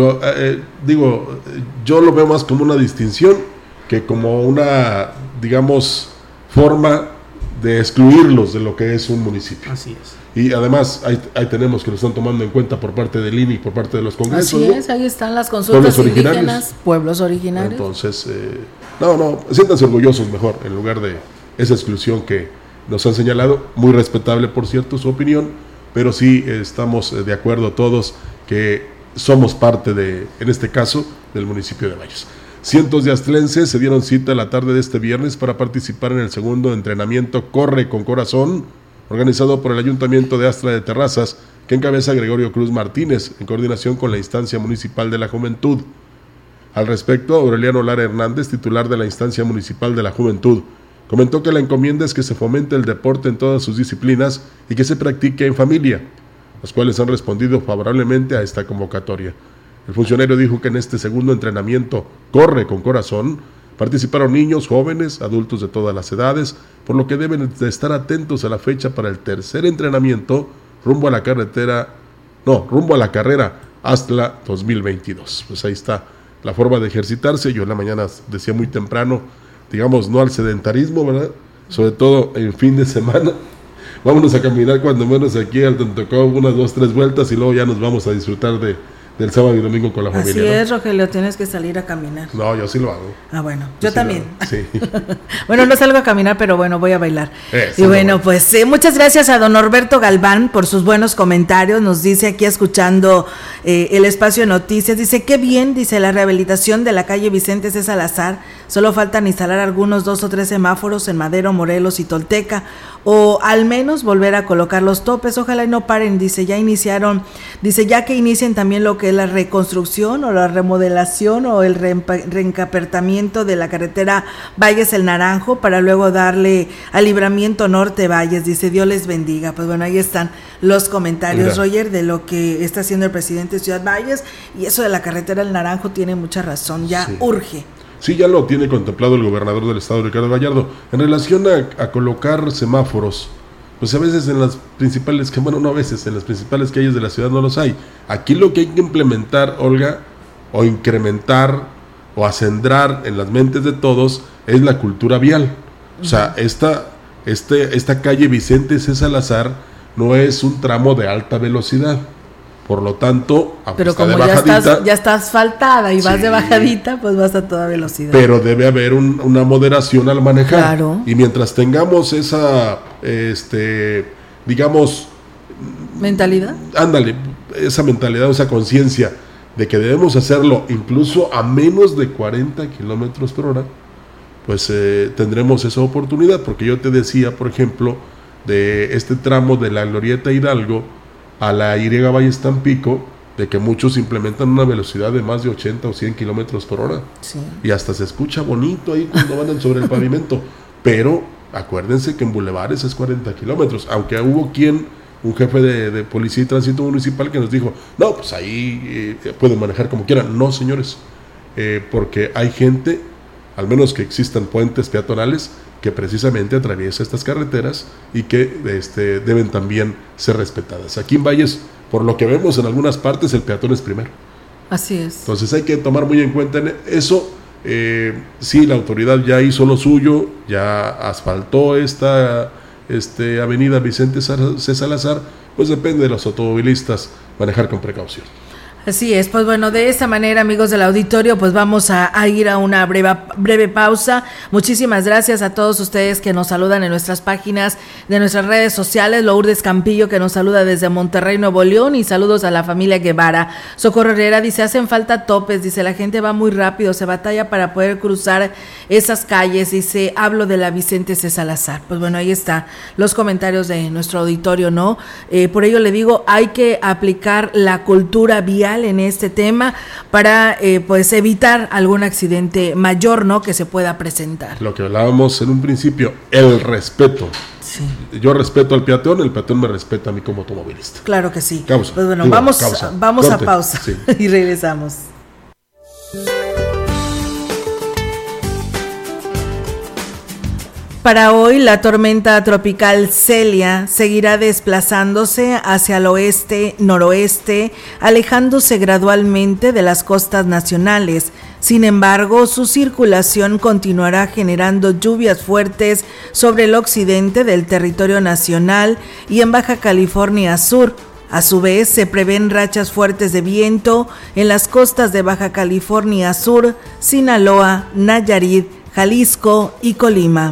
yo lo veo más como una distinción que como una, digamos, forma de excluirlos de lo que es un municipio. Así es. Y además ahí tenemos que lo están tomando en cuenta por parte del INE y por parte de los congresos. Así es, ahí están las consultas indígenas, pueblos originarios. Entonces, siéntanse orgullosos mejor, en lugar de esa exclusión que nos han señalado. Muy respetable, por cierto, su opinión, pero sí estamos de acuerdo todos que somos parte en este caso, del municipio de Valles. Cientos de astlenses se dieron cita la tarde de este viernes para participar en el segundo entrenamiento Corre con Corazón, organizado por el Ayuntamiento de Astra de Terrazas, que encabeza Gregorio Cruz Martínez, en coordinación con la Instancia Municipal de la Juventud. Al respecto, Aureliano Lara Hernández, titular de la Instancia Municipal de la Juventud, comentó que la encomienda es que se fomente el deporte en todas sus disciplinas y que se practique en familia, los cuales han respondido favorablemente a esta convocatoria. El funcionario dijo que en este segundo entrenamiento Corre con Corazón participaron niños, jóvenes, adultos de todas las edades, por lo que deben de estar atentos a la fecha para el tercer entrenamiento rumbo a la carrera Astla 2022. Pues ahí está la forma de ejercitarse. Yo en la mañana decía muy temprano, digamos, no al sedentarismo, ¿verdad? Sobre todo en fin de semana. Vámonos a caminar cuando menos aquí al Tontocó, unas 2, 3 vueltas y luego ya nos vamos a disfrutar del sábado y domingo con la familia. Así es, Rogelio, tienes que salir a caminar. No, yo sí lo hago. Ah, bueno, yo también. Sí. Bueno, no salgo a caminar, pero bueno, voy a bailar. Y bueno, pues muchas gracias a don Norberto Galván por sus buenos comentarios. Nos dice aquí escuchando el espacio de noticias, dice, qué bien, dice, la rehabilitación de la calle Vicente C. Salazar, solo faltan instalar algunos 2 o 3 semáforos en Madero, Morelos y Tolteca, o al menos volver a colocar los topes, ojalá y no paren, dice, ya que inicien también lo que es la reconstrucción o la remodelación o el reencapertamiento de la carretera Valles El Naranjo para luego darle al libramiento norte Valles, dice, Dios les bendiga. Pues bueno, ahí están los comentarios, Roger, de lo que está haciendo el presidente de Ciudad Valles, y eso de la carretera El Naranjo tiene mucha razón, ya urge. Sí, ya lo tiene contemplado el gobernador del estado, Ricardo Gallardo. En relación a colocar semáforos, pues a veces en las principales, en las principales calles de la ciudad no los hay. Aquí lo que hay que implementar, Olga, o incrementar, o acendrar en las mentes de todos, es la cultura vial. O sea, esta calle Vicente C. Salazar no es un tramo de alta velocidad. Por lo tanto, pero como ya está asfaltada y vas de bajadita, pues vas a toda velocidad. Pero debe haber una moderación al manejar. Claro. Y mientras tengamos esa, digamos... ¿mentalidad? Ándale, esa mentalidad, esa conciencia de que debemos hacerlo incluso a menos de 40 kilómetros por hora, pues tendremos esa oportunidad. Porque yo te decía, por ejemplo, de este tramo de la Glorieta Hidalgo a la Y Valles Tampico, de que muchos implementan una velocidad de más de 80 o 100 kilómetros por hora. Sí. Y hasta se escucha bonito ahí cuando van sobre el pavimento. Pero acuérdense que en bulevares es 40 kilómetros, aunque hubo quien un jefe de policía y tránsito municipal que nos dijo, no, pues ahí pueden manejar como quieran. No, señores, porque hay gente, al menos que existan puentes peatonales, que precisamente atraviesa estas carreteras y que deben también ser respetadas. Aquí en Valles, por lo que vemos en algunas partes, el peatón es primero. Así es. Entonces hay que tomar muy en cuenta eso. Sí, la autoridad ya hizo lo suyo, ya asfaltó esta avenida Vicente C. Salazar, pues depende de los automovilistas manejar con precaución. Así es, pues bueno, de esta manera, amigos del auditorio, pues vamos a ir a una breve pausa. Muchísimas gracias a todos ustedes que nos saludan en nuestras páginas de nuestras redes sociales. Lourdes Campillo, que nos saluda desde Monterrey, Nuevo León, y saludos a la familia Guevara. Socorro Herrera dice, hacen falta topes, dice, la gente va muy rápido, se batalla para poder cruzar esas calles, dice, hablo de la Vicente C. Salazar. Pues bueno, ahí está los comentarios de nuestro auditorio, ¿no? Por ello le digo, hay que aplicar la cultura vial en este tema para pues evitar algún accidente mayor, ¿no?, que se pueda presentar. Lo que hablábamos en un principio, el respeto. Sí. Yo respeto al peatón, el peatón me respeta a mí como automovilista. Claro que sí. Causa. Pues bueno, vamos a pausa, sí. Y regresamos. Para hoy, la tormenta tropical Celia seguirá desplazándose hacia el oeste-noroeste, alejándose gradualmente de las costas nacionales. Sin embargo, su circulación continuará generando lluvias fuertes sobre el occidente del territorio nacional y en Baja California Sur. A su vez, se prevén rachas fuertes de viento en las costas de Baja California Sur, Sinaloa, Nayarit, Jalisco y Colima.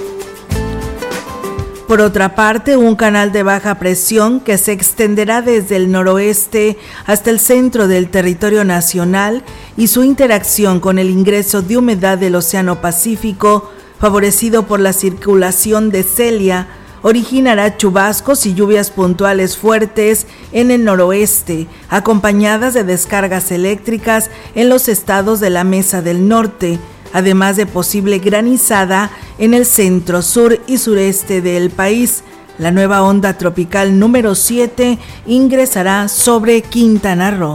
Por otra parte, un canal de baja presión que se extenderá desde el noroeste hasta el centro del territorio nacional y su interacción con el ingreso de humedad del Océano Pacífico, favorecido por la circulación de Celia, originará chubascos y lluvias puntuales fuertes en el noroeste, acompañadas de descargas eléctricas en los estados de la Mesa del Norte, además de posible granizada en el centro, sur y sureste del país. La nueva onda tropical número 7 ingresará sobre Quintana Roo.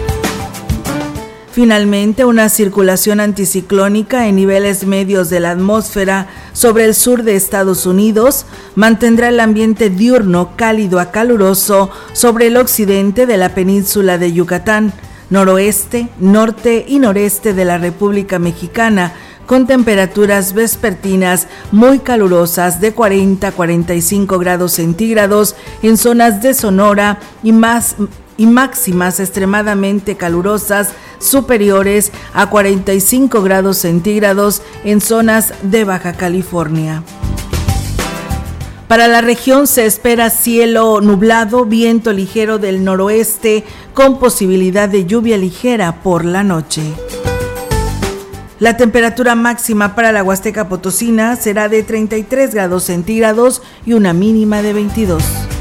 Finalmente, una circulación anticiclónica en niveles medios de la atmósfera sobre el sur de Estados Unidos mantendrá el ambiente diurno cálido a caluroso sobre el occidente de la península de Yucatán, noroeste, norte y noreste de la República Mexicana, con temperaturas vespertinas muy calurosas de 40 a 45 grados centígrados en zonas de Sonora y máximas extremadamente calurosas superiores a 45 grados centígrados en zonas de Baja California. Para la región se espera cielo nublado, viento ligero del noroeste con posibilidad de lluvia ligera por la noche. La temperatura máxima para la Huasteca Potosina será de 33 grados centígrados y una mínima de 22.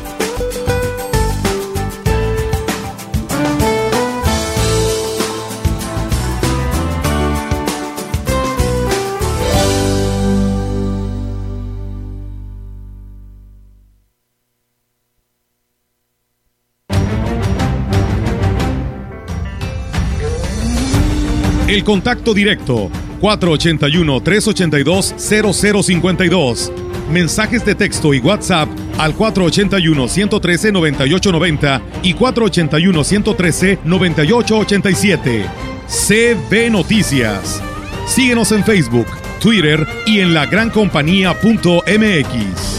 El contacto directo 481-382-0052. Mensajes de texto y WhatsApp al 481-113-9890 y 481-113-9887. CB Noticias. Síguenos en Facebook, Twitter y en lagrancompañía.mx.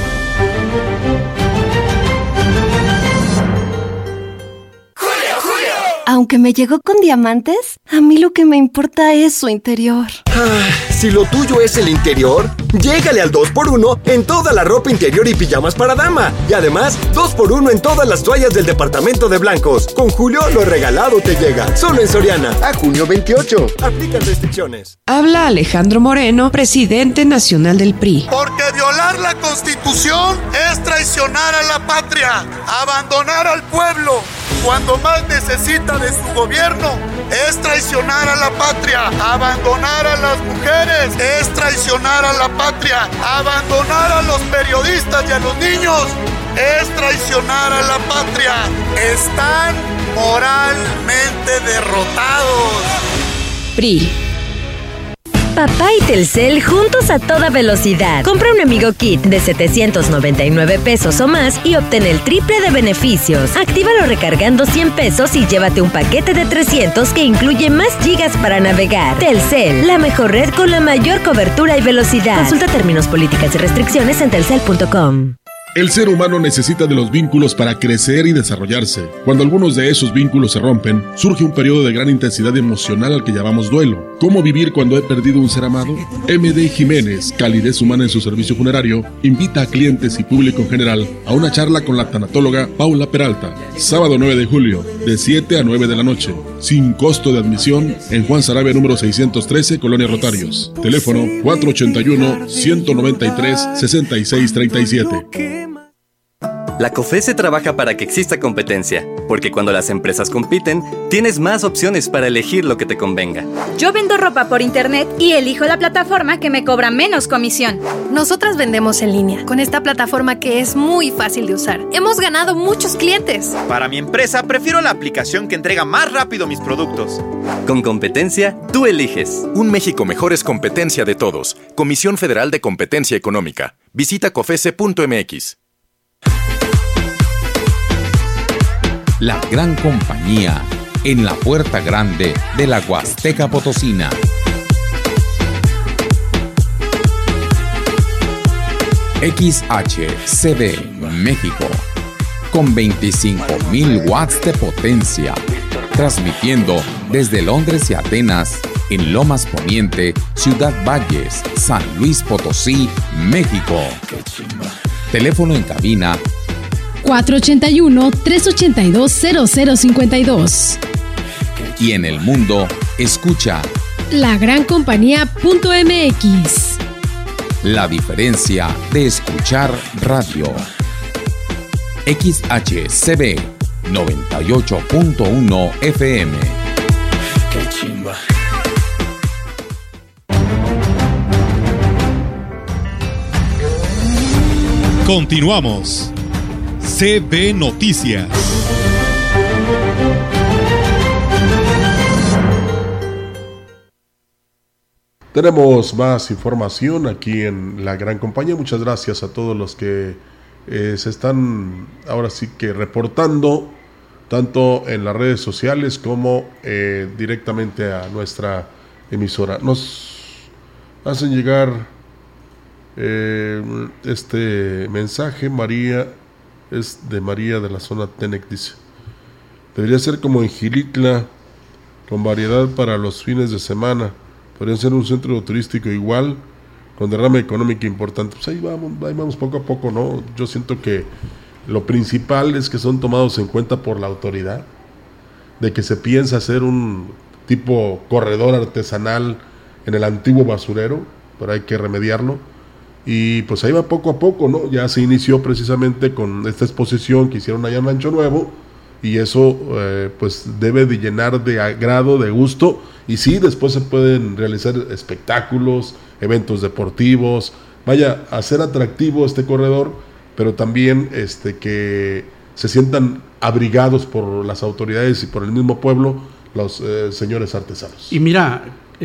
Aunque me llegó con diamantes, a mí lo que me importa es su interior. Si lo tuyo es el interior, llégale al 2x1 en toda la ropa interior y pijamas para dama. Y además, 2x1 en todas las toallas del departamento de blancos. Con Julio, lo regalado te llega. Solo en Soriana. A junio 28. Aplican restricciones. Habla Alejandro Moreno, presidente nacional del PRI. Porque violar la Constitución es traicionar a la patria, abandonar al pueblo cuando más necesita de su gobierno, es traicionar a la patria, abandonar a las mujeres, es traicionar a la patria, abandonar a los periodistas y a los niños, es traicionar a la patria. Están moralmente derrotados. PRI. Papá y Telcel juntos a toda velocidad. Compra un Amigo Kit de 799 pesos o más y obtén el triple de beneficios. Actívalo recargando 100 pesos y llévate un paquete de 300 que incluye más gigas para navegar. Telcel, la mejor red con la mayor cobertura y velocidad. Consulta términos, políticas y restricciones en telcel.com. El ser humano necesita de los vínculos para crecer y desarrollarse. Cuando algunos de esos vínculos se rompen, surge un periodo de gran intensidad emocional al que llamamos duelo. ¿Cómo vivir cuando he perdido un ser amado? MD Jiménez, calidez humana en su servicio funerario, invita a clientes y público en general a una charla con la tanatóloga Paula Peralta, sábado 9 de julio, de 7 a 9 de la noche, sin costo de admisión, en Juan Sarabia número 613, Colonia Rotarios. Teléfono 481-193-6637. La COFESE trabaja para que exista competencia, porque cuando las empresas compiten, tienes más opciones para elegir lo que te convenga. Yo vendo ropa por internet y elijo la plataforma que me cobra menos comisión. Nosotras vendemos en línea, con esta plataforma que es muy fácil de usar. Hemos ganado muchos clientes. Para mi empresa, prefiero la aplicación que entrega más rápido mis productos. Con competencia, tú eliges. Un México mejor es competencia de todos. Comisión Federal de Competencia Económica. Visita cofese.mx. La gran compañía en la puerta grande de la Huasteca Potosina. XHCD México, con 25,000 watts de potencia, transmitiendo desde Londres y Atenas, en Lomas Poniente, Ciudad Valles, San Luis Potosí, México. Teléfono en cabina 481-382-0052. Y en el mundo, escucha lagrancompañía.mx. La diferencia de escuchar radio. XHCB 98.1 FM. Qué chimba. Continuamos. CB Noticias. Tenemos más información aquí en la gran compañía. Muchas gracias a todos los que se están ahora sí que reportando, tanto en las redes sociales como directamente a nuestra emisora. Nos hacen llegar este mensaje. María, es de María de la zona Tenec, dice: debería ser como en Gilitla, con variedad para los fines de semana. Podría ser un centro turístico igual, con derrama económica importante. Pues ahí vamos poco a poco, ¿no? Yo siento que lo principal es que son tomados en cuenta por la autoridad, de que se piensa hacer un tipo corredor artesanal en el antiguo basurero, pero hay que remediarlo. Y pues ahí va poco a poco, ¿no? Ya se inició precisamente con esta exposición que hicieron allá en Rancho Nuevo, y eso pues debe de llenar de agrado, de gusto, y sí, después se pueden realizar espectáculos, eventos deportivos, vaya, a hacer atractivo este corredor, pero también que se sientan abrigados por las autoridades y por el mismo pueblo, los señores artesanos. Y mira,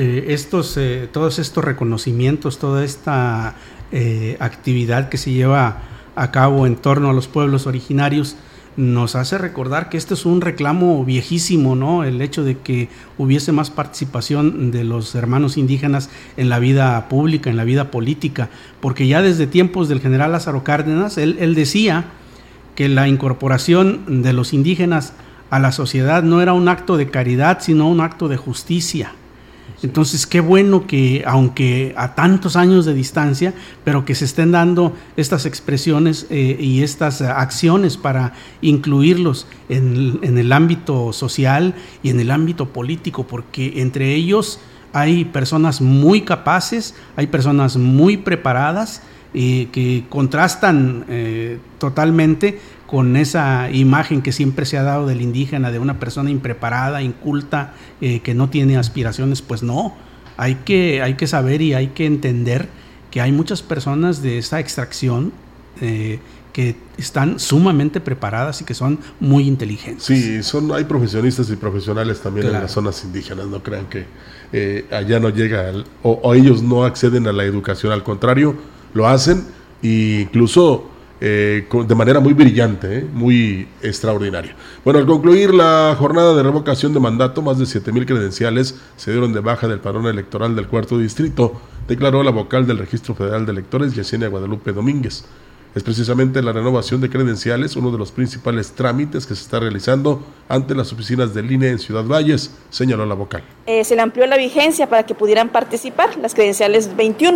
todos estos reconocimientos, toda esta actividad que se lleva a cabo en torno a los pueblos originarios, nos hace recordar que este es un reclamo viejísimo, ¿no? El hecho de que hubiese más participación de los hermanos indígenas en la vida pública, en la vida política, porque ya desde tiempos del general Lázaro Cárdenas, él decía que la incorporación de los indígenas a la sociedad no era un acto de caridad, sino un acto de justicia. Entonces, qué bueno que, aunque a tantos años de distancia, pero que se estén dando estas expresiones y estas acciones para incluirlos en el ámbito social y en el ámbito político, porque entre ellos hay personas muy capaces, hay personas muy preparadas, que contrastan totalmente con esa imagen que siempre se ha dado del indígena, de una persona impreparada, inculta, que no tiene aspiraciones. Pues no, hay que saber y hay que entender que hay muchas personas de esa extracción que están sumamente preparadas y que son muy inteligentes. Sí, hay profesionistas y profesionales también en las zonas indígenas, no crean que allá no llega, o ellos no acceden a la educación, al contrario, lo hacen e incluso de manera muy brillante, muy extraordinaria. Bueno, al concluir la jornada de revocación de mandato, más de 7,000 credenciales se dieron de baja del padrón electoral del 4º distrito, declaró la vocal del Registro Federal de Electores, Yesenia Guadalupe Domínguez. Es precisamente la renovación de credenciales uno de los principales trámites que se está realizando ante las oficinas del INE en Ciudad Valles, señaló la vocal. Se le amplió la vigencia para que pudieran participar las credenciales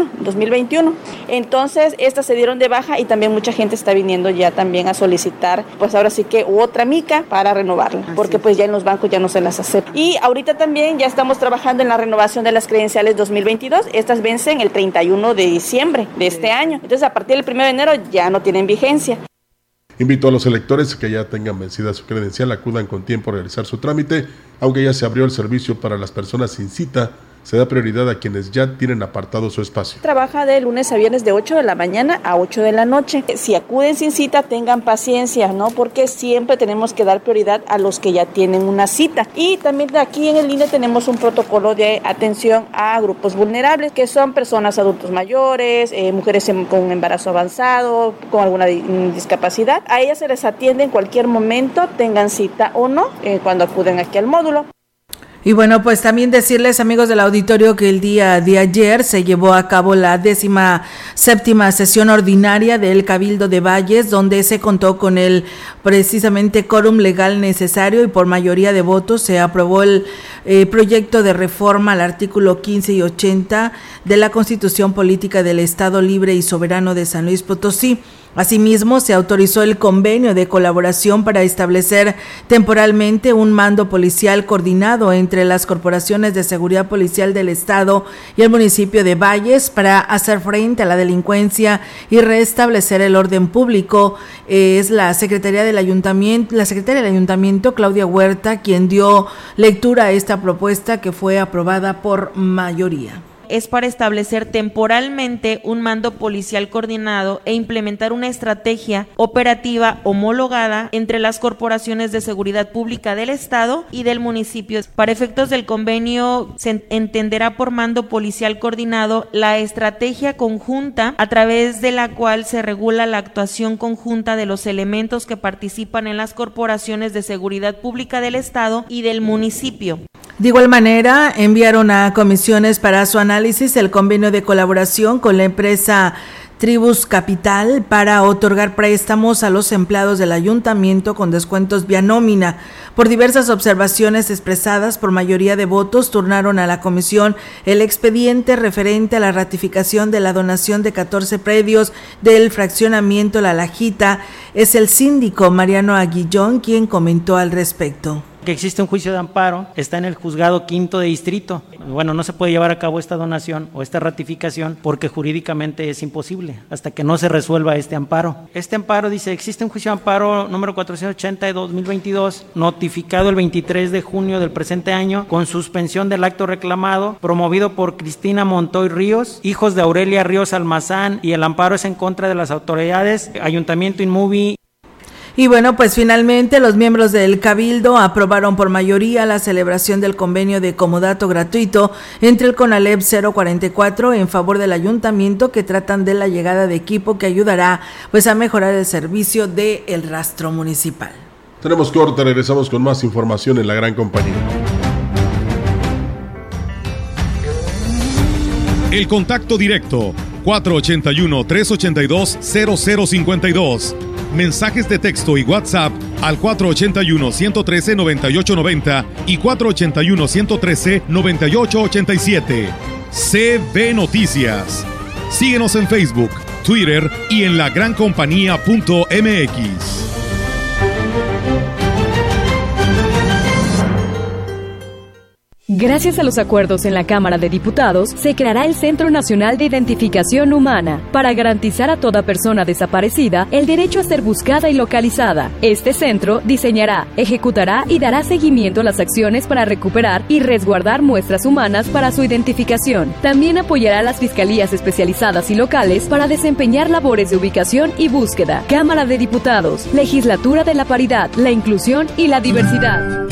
2021. Entonces, estas se dieron de baja y también mucha gente está viniendo ya también a solicitar, pues ahora sí que otra mica para renovarla, porque pues ya en los bancos ya no se las aceptan. Y ahorita también ya estamos trabajando en la renovación de las credenciales 2022. Estas vencen el 31 de diciembre de este año. Entonces, a partir del 1 de enero ya no tienen vigencia. Invitó a los electores que ya tengan vencida su credencial, acudan con tiempo a realizar su trámite, aunque ya se abrió el servicio para las personas sin cita. Se da prioridad a quienes ya tienen apartado su espacio. Trabaja de lunes a viernes de 8 de la mañana a 8 de la noche. Si acuden sin cita, tengan paciencia, ¿no? Porque siempre tenemos que dar prioridad a los que ya tienen una cita. Y también aquí en el INE tenemos un protocolo de atención a grupos vulnerables, que son personas adultos mayores, mujeres con embarazo avanzado, con alguna discapacidad. A ellas se les atiende en cualquier momento, tengan cita o no, cuando acuden aquí al módulo. Y bueno, pues también decirles, amigos del auditorio, que el día de ayer se llevó a cabo la 17ª sesión ordinaria del Cabildo de Valles, donde se contó con el precisamente quórum legal necesario y por mayoría de votos se aprobó el proyecto de reforma al artículo 15 y 80 de la Constitución Política del Estado Libre y Soberano de San Luis Potosí. Asimismo, se autorizó el convenio de colaboración para establecer temporalmente un mando policial coordinado entre las corporaciones de seguridad policial del Estado y el municipio de Valles para hacer frente a la delincuencia y restablecer el orden público. Es la secretaria del ayuntamiento, Claudia Huerta, quien dio lectura a esta propuesta que fue aprobada por mayoría. Es para establecer temporalmente un mando policial coordinado e implementar una estrategia operativa homologada entre las corporaciones de seguridad pública del Estado y del municipio. Para efectos del convenio, se entenderá por mando policial coordinado la estrategia conjunta a través de la cual se regula la actuación conjunta de los elementos que participan en las corporaciones de seguridad pública del Estado y del municipio. De igual manera, enviaron a comisiones para su análisis el convenio de colaboración con la empresa Tribus Capital para otorgar préstamos a los empleados del ayuntamiento con descuentos vía nómina. Por diversas observaciones expresadas por mayoría de votos, turnaron a la comisión el expediente referente a la ratificación de la donación de 14 predios del fraccionamiento La Lajita. Es el síndico Mariano Aguillón quien comentó al respecto. Que existe un juicio de amparo, está en el juzgado 5º de distrito. Bueno, no se puede llevar a cabo esta donación o esta ratificación porque jurídicamente es imposible hasta que no se resuelva este amparo. Este amparo dice, existe un juicio de amparo número 480 de 2022, notificado el 23 de junio del presente año, con suspensión del acto reclamado, promovido por Cristina Montoy Ríos, hijos de Aurelia Ríos Almazán, y el amparo es en contra de las autoridades, Ayuntamiento Inmovi. Y bueno, pues finalmente los miembros del Cabildo aprobaron por mayoría la celebración del convenio de comodato gratuito entre el CONALEP 044 en favor del ayuntamiento, que tratan de la llegada de equipo que ayudará pues a mejorar el servicio del rastro municipal. Tenemos corte, regresamos con más información en La Gran Compañía. El contacto directo 481-382-0052. Mensajes de texto y WhatsApp al 481-113-9890 y 481-113-9887. CB Noticias. Síguenos en Facebook, Twitter y en lagrancompañía.mx. Gracias a los acuerdos en la Cámara de Diputados, se creará el Centro Nacional de Identificación Humana para garantizar a toda persona desaparecida el derecho a ser buscada y localizada. Este centro diseñará, ejecutará y dará seguimiento a las acciones para recuperar y resguardar muestras humanas para su identificación. También apoyará a las fiscalías especializadas y locales para desempeñar labores de ubicación y búsqueda. Cámara de Diputados, Legislatura de la Paridad, la Inclusión y la Diversidad.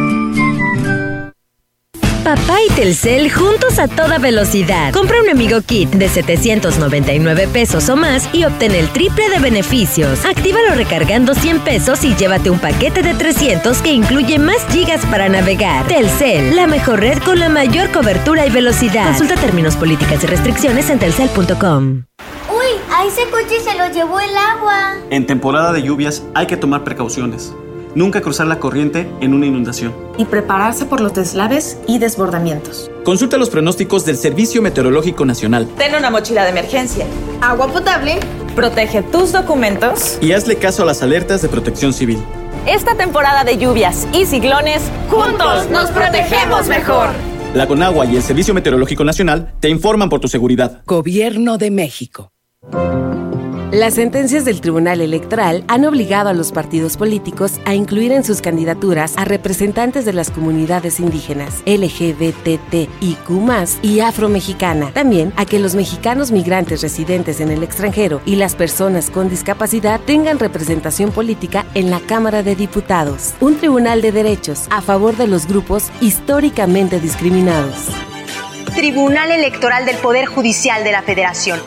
Papá y Telcel juntos a toda velocidad. Compra un Amigo Kit de 799 pesos o más y obtén el triple de beneficios. Actívalo recargando 100 pesos y llévate un paquete de 300 que incluye más gigas para navegar. Telcel, la mejor red con la mayor cobertura y velocidad. Consulta términos, políticas y restricciones en telcel.com. ¡Uy! A ese coche se lo llevó el agua. En temporada de lluvias hay que tomar precauciones. Nunca cruzar la corriente en una inundación. Y prepararse por los deslaves y desbordamientos. Consulta los pronósticos del Servicio Meteorológico Nacional. Ten una mochila de emergencia, agua potable, protege tus documentos y hazle caso a las alertas de Protección Civil. Esta temporada de lluvias y ciclones, juntos nos protegemos mejor. La Conagua y el Servicio Meteorológico Nacional te informan por tu seguridad. Gobierno de México. Las sentencias del Tribunal Electoral han obligado a los partidos políticos a incluir en sus candidaturas a representantes de las comunidades indígenas, LGBTIQ+, y afromexicana. También a que los mexicanos migrantes residentes en el extranjero y las personas con discapacidad tengan representación política en la Cámara de Diputados. Un tribunal de derechos a favor de los grupos históricamente discriminados. Tribunal Electoral del Poder Judicial de la Federación.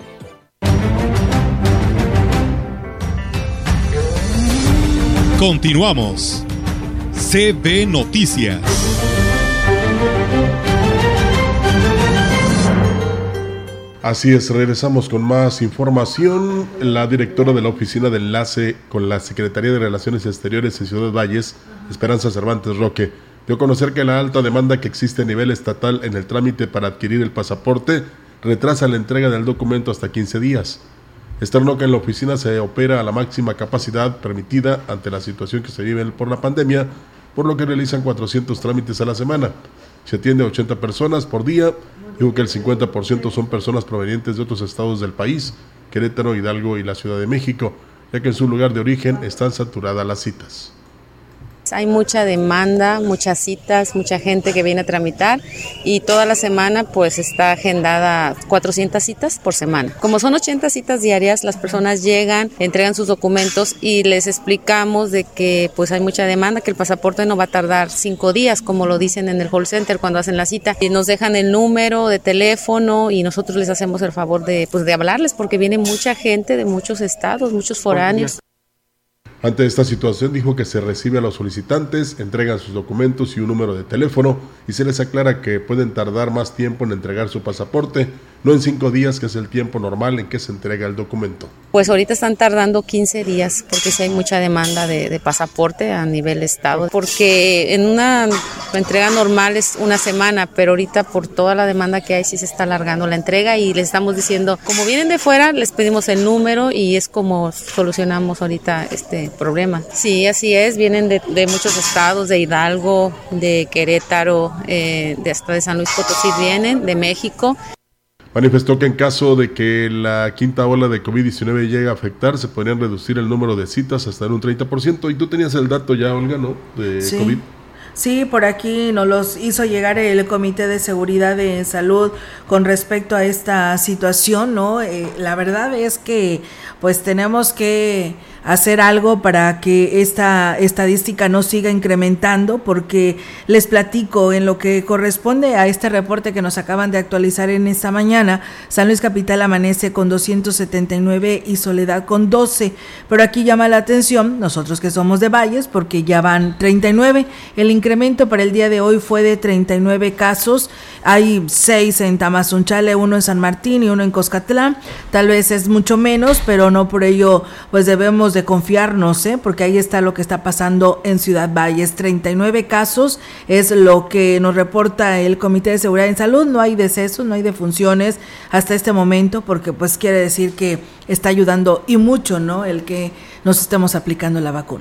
Continuamos. CB Noticias. Así es, regresamos con más información. La directora de la Oficina de Enlace con la Secretaría de Relaciones Exteriores en Ciudad Valles, Esperanza Cervantes Roque, dio a conocer que la alta demanda que existe a nivel estatal en el trámite para adquirir el pasaporte retrasa la entrega del documento hasta 15 días. Externó que en la oficina se opera a la máxima capacidad permitida ante la situación que se vive por la pandemia, por lo que realizan 400 trámites a la semana. Se atiende a 80 personas por día, digo que el 50% son personas provenientes de otros estados del país, Querétaro, Hidalgo y la Ciudad de México, ya que en su lugar de origen están saturadas las citas. Hay mucha demanda, muchas citas, mucha gente que viene a tramitar y toda la semana pues está agendada 400 citas por semana. Como son 80 citas diarias, las personas llegan, entregan sus documentos y les explicamos de que pues hay mucha demanda, que el pasaporte no va a tardar 5 días, como lo dicen en el call center cuando hacen la cita. Y nos dejan el número de teléfono y nosotros les hacemos el favor de hablarles porque viene mucha gente de muchos estados, muchos foráneos. Ante esta situación dijo que se recibe a los solicitantes, entregan sus documentos y un número de teléfono y se les aclara que pueden tardar más tiempo en entregar su pasaporte, no en 5 días que es el tiempo normal en que se entrega el documento. Pues ahorita están tardando 15 días porque sí hay mucha demanda de pasaporte a nivel estado, porque en una entrega normal es una semana, pero ahorita por toda la demanda que hay sí se está alargando la entrega y les estamos diciendo, como vienen de fuera, les pedimos el número y es como solucionamos ahorita este problema. Sí, así es, vienen de muchos estados, de Hidalgo, de Querétaro, hasta de San Luis Potosí vienen, de México. Manifestó que en caso de que la quinta ola de COVID-19 llegue a afectar, se podrían reducir el número de citas hasta en un 30%. Y tú tenías el dato ya, Olga, ¿no? De sí. COVID. Sí, por aquí nos los hizo llegar el Comité de Seguridad de Salud con respecto a esta situación, ¿no? La verdad es que pues tenemos que hacer algo para que esta estadística no siga incrementando, porque les platico en lo que corresponde a este reporte que nos acaban de actualizar en esta mañana. San Luis Capital amanece con 279 y Soledad con 12, pero aquí llama la atención, nosotros que somos de Valles, porque ya van 39, el incremento para el día de hoy fue de 39 casos, hay 6 en Tamazunchale, 1 en San Martín y 1 en Coscatlán, tal vez es mucho menos, pero no por ello pues debemos de confiarnos, porque ahí está lo que está pasando en Ciudad Valles. 39 casos es lo que nos reporta el Comité de Seguridad en Salud, no hay decesos, no hay defunciones hasta este momento, porque pues quiere decir que está ayudando y mucho, ¿no?, el que nos estemos aplicando la vacuna.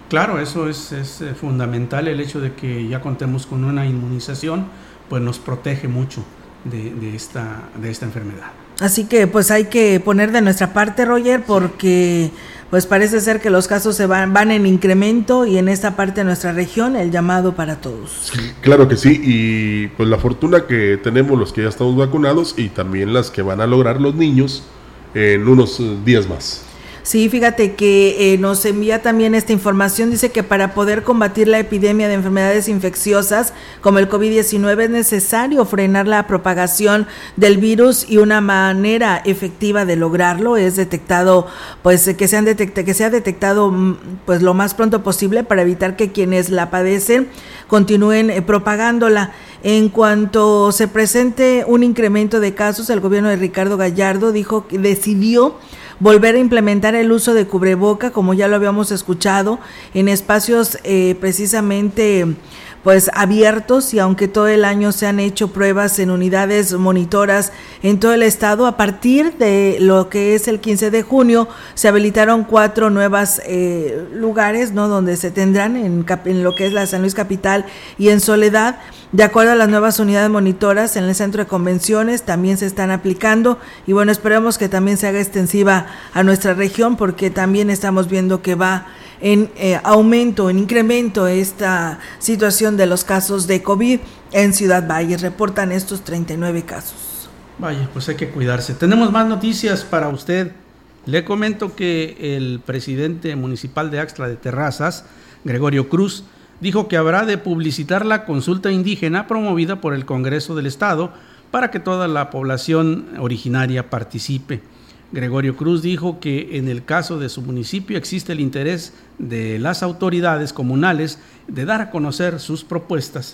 Claro, eso es fundamental, el hecho de que ya contemos con una inmunización, pues nos protege mucho de esta enfermedad. Así que pues hay que poner de nuestra parte, Roger, porque pues parece ser que los casos se van en incremento y en esta parte de nuestra región el llamado para todos. Sí, claro que sí, y pues la fortuna que tenemos los que ya estamos vacunados y también las que van a lograr los niños en unos días más. Sí, fíjate que nos envía también esta información, dice que para poder combatir la epidemia de enfermedades infecciosas como el COVID-19 es necesario frenar la propagación del virus y una manera efectiva de lograrlo es detectado, pues que sea detectado pues lo más pronto posible para evitar que quienes la padecen continúen propagándola. En cuanto se presente un incremento de casos, el gobierno de Ricardo Gallardo dijo que decidió volver a implementar el uso de cubreboca, como ya lo habíamos escuchado, en espacios precisamente pues abiertos, y aunque todo el año se han hecho pruebas en unidades monitoras en todo el estado, a partir de lo que es el 15 de junio se habilitaron 4 nuevas lugares, ¿no?, donde se tendrán en lo que es la San Luis Capital y en Soledad. De acuerdo a las nuevas unidades monitoras en el centro de convenciones también se están aplicando, y bueno, esperemos que también se haga extensiva a nuestra región, porque también estamos viendo que va en aumento, en incremento esta situación de los casos de COVID en Ciudad Valles. Reportan estos 39 casos. Vaya, pues hay que cuidarse. Tenemos más noticias para usted. Le comento que el presidente municipal de Axtla de Terrazas, Gregorio Cruz, dijo que habrá de publicitar la consulta indígena promovida por el Congreso del Estado para que toda la población originaria participe. Gregorio Cruz dijo que en el caso de su municipio existe el interés de las autoridades comunales de dar a conocer sus propuestas.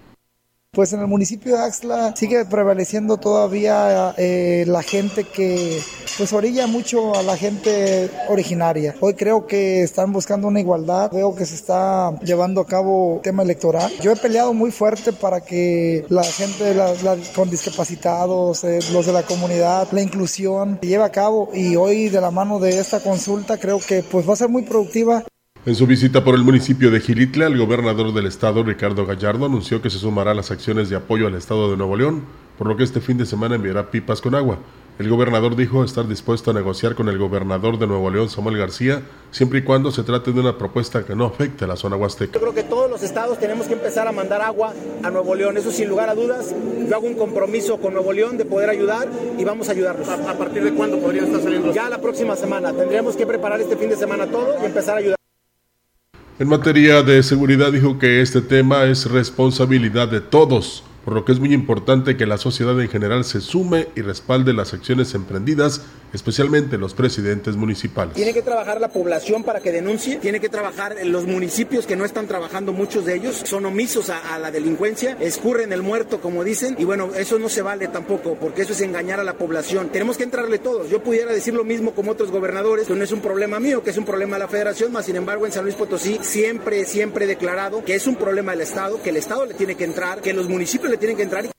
Pues en el municipio de Axtla sigue prevaleciendo todavía la gente que pues orilla mucho a la gente originaria. Hoy creo que están buscando una igualdad, veo que se está llevando a cabo tema electoral. Yo he peleado muy fuerte para que la gente con discapacitados, los de la comunidad, la inclusión se lleve a cabo, y hoy de la mano de esta consulta creo que pues va a ser muy productiva. En su visita por el municipio de Xilitla, el gobernador del estado, Ricardo Gallardo, anunció que se sumará a las acciones de apoyo al estado de Nuevo León, por lo que este fin de semana enviará pipas con agua. El gobernador dijo estar dispuesto a negociar con el gobernador de Nuevo León, Samuel García, siempre y cuando se trate de una propuesta que no afecte a la zona huasteca. Yo creo que todos los estados tenemos que empezar a mandar agua a Nuevo León, eso sin lugar a dudas. Yo hago un compromiso con Nuevo León de poder ayudar y vamos a ayudarlos. ¿A partir de cuándo podrían estar saliendo? Ya la próxima semana. Tendríamos que preparar este fin de semana todo y empezar a ayudar. En materia de seguridad dijo que este tema es responsabilidad de todos, por lo que es muy importante que la sociedad en general se sume y respalde las acciones emprendidas, especialmente los presidentes municipales. Tiene que trabajar la población para que denuncie, tiene que trabajar en los municipios que no están trabajando, muchos de ellos son omisos a la delincuencia, escurren el muerto como dicen, y bueno, eso no se vale tampoco, porque eso es engañar a la población. Tenemos que entrarle todos. Yo pudiera decir lo mismo como otros gobernadores, que no es un problema mío, que es un problema de la federación, más sin embargo en San Luis Potosí siempre he declarado que es un problema del Estado, que el Estado le tiene que entrar, que los municipios le tienen que entrar.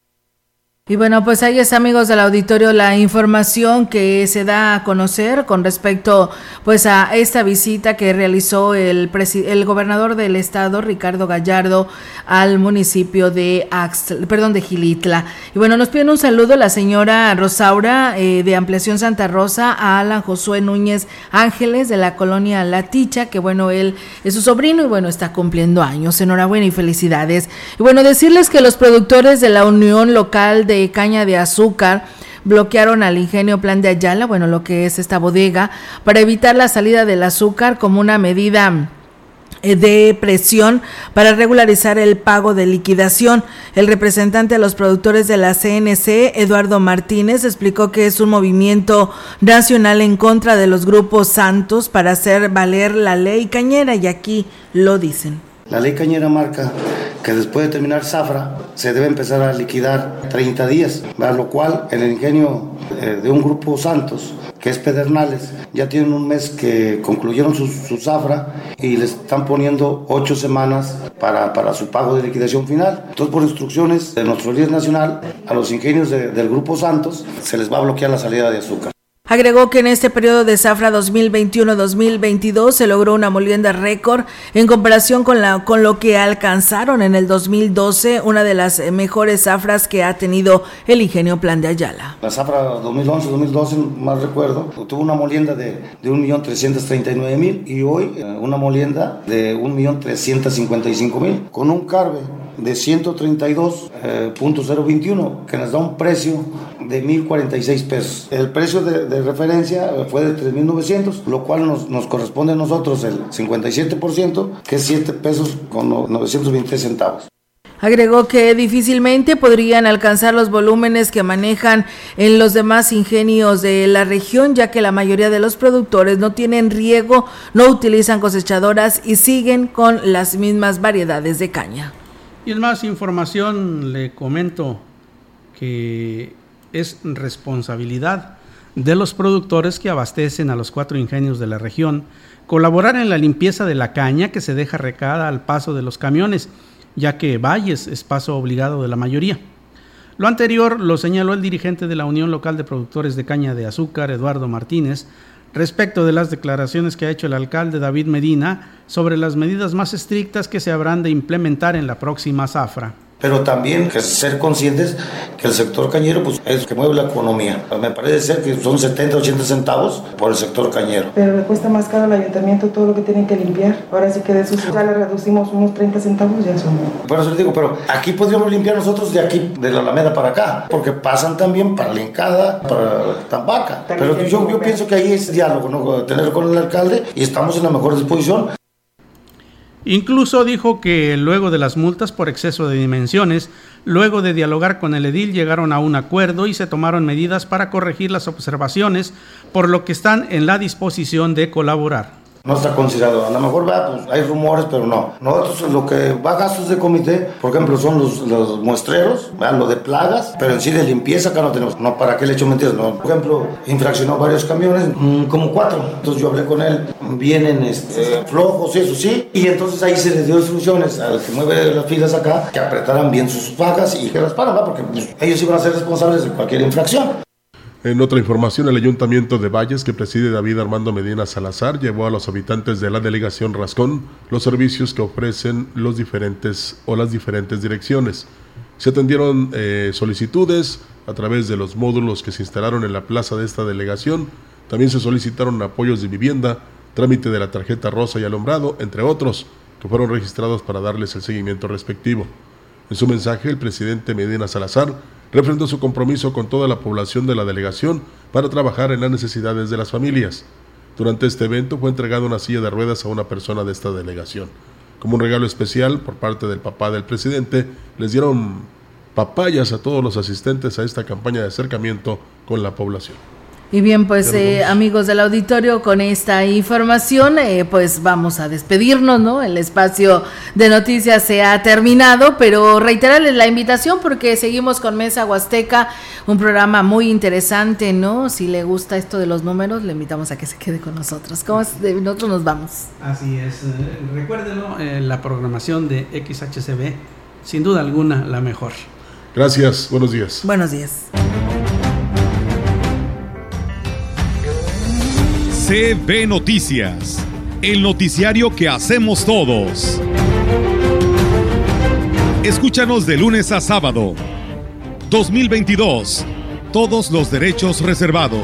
Y bueno, pues ahí es, amigos del auditorio, la información que se da a conocer con respecto pues a esta visita que realizó el gobernador del estado, Ricardo Gallardo, al municipio de Xilitla. Y bueno, nos piden un saludo la señora Rosaura de Ampliación Santa Rosa, a Alan Josué Núñez Ángeles de la colonia La Ticha, que bueno, él es su sobrino y bueno, está cumpliendo años. Enhorabuena y felicidades. Y bueno, decirles que los productores de la Unión Local de Caña de Azúcar bloquearon al ingenio Plan de Ayala, bueno, lo que es esta bodega, para evitar la salida del azúcar como una medida de presión para regularizar el pago de liquidación. El representante de los productores de la CNC, Eduardo Martínez, explicó que es un movimiento nacional en contra de los grupos santos para hacer valer la ley cañera, y aquí lo dicen. La ley cañera marca que después de terminar zafra se debe empezar a liquidar 30 días, ¿verdad? Lo cual en el ingenio de un grupo Santos, que es Pedernales, ya tienen un mes que concluyeron su zafra y les están poniendo 8 semanas para su pago de liquidación final. Entonces, por instrucciones de nuestro líder nacional, a los ingenios del grupo Santos se les va a bloquear la salida de azúcar. Agregó que en este periodo de zafra 2021-2022 se logró una molienda récord en comparación con lo que alcanzaron en el 2012, una de las mejores zafras que ha tenido el ingenio Plan de Ayala. La zafra 2011-2012, más recuerdo, tuvo una molienda de 1.339.000 y hoy una molienda de 1.355.000 con un carbe de 132.021 que nos da un precio de 1.046 pesos. El precio de referencia fue de 3.900, lo cual nos corresponde a nosotros el 57%, que es 7 pesos con 923 centavos. Agregó que difícilmente podrían alcanzar los volúmenes que manejan en los demás ingenios de la región, ya que la mayoría de los productores no tienen riego, no utilizan cosechadoras y siguen con las mismas variedades de caña. Y en más información le comento que es responsabilidad de los productores que abastecen a los 4 ingenios de la región colaborar en la limpieza de la caña que se deja recada al paso de los camiones, ya que Valles es paso obligado de la mayoría. Lo anterior lo señaló el dirigente de la Unión Local de Productores de Caña de Azúcar, Eduardo Martínez, respecto de las declaraciones que ha hecho el alcalde David Medina sobre las medidas más estrictas que se habrán de implementar en la próxima zafra. Pero también que ser conscientes que el sector cañero pues, es el que mueve la economía. Me parece ser que son 70, 80 centavos por el sector cañero. Pero le cuesta más caro al ayuntamiento todo lo que tienen que limpiar. Ahora sí que de eso ya le reducimos unos 30 centavos, ya son. Por eso les digo, pero aquí podríamos limpiar nosotros de aquí, de la Alameda para acá, porque pasan también para la Hincada, para Tambaca. Pero yo pienso que ahí es diálogo, ¿no? Tener con el alcalde y estamos en la mejor disposición. Incluso dijo que luego de las multas por exceso de dimensiones, luego de dialogar con el edil llegaron a un acuerdo y se tomaron medidas para corregir las observaciones, por lo que están en la disposición de colaborar. No está considerado, a lo mejor pues, hay rumores, pero no. Nosotros lo que va a gastos de comité, por ejemplo, son los muestreros, lo de plagas, pero en sí de limpieza acá no tenemos. No, ¿para qué le echo mentiras? No. Por ejemplo, infraccionó varios camiones, como 4. Entonces yo hablé con él, vienen flojos y eso sí, y entonces ahí se les dio instrucciones al que mueve las filas acá, que apretaran bien sus pagas y que las paran, porque pues, ellos iban a ser responsables de cualquier infracción. En otra información, el Ayuntamiento de Valles, que preside David Armando Medina Salazar, llevó a los habitantes de la delegación Rascón los servicios que ofrecen las diferentes direcciones. Se atendieron solicitudes a través de los módulos que se instalaron en la plaza de esta delegación. También se solicitaron apoyos de vivienda, trámite de la tarjeta rosa y alumbrado, entre otros, que fueron registrados para darles el seguimiento respectivo. En su mensaje, el presidente Medina Salazar refrendó su compromiso con toda la población de la delegación para trabajar en las necesidades de las familias. Durante este evento fue entregada una silla de ruedas a una persona de esta delegación. Como un regalo especial por parte del papá del presidente, les dieron papayas a todos los asistentes a esta campaña de acercamiento con la población. Y bien, pues amigos del auditorio, con esta información pues vamos a despedirnos, ¿no? El espacio de noticias se ha terminado, pero reiterarles la invitación porque seguimos con Mesa Huasteca, un programa muy interesante, ¿no? Si le gusta esto de los números, le invitamos a que se quede con nosotros. Nosotros nos vamos. Así es, recuérdenlo, la programación de XHCB, sin duda alguna, la mejor. Gracias, buenos días. Buenos días. CB Noticias, el noticiario que hacemos todos. Escúchanos de lunes a sábado. 2022, todos los derechos reservados.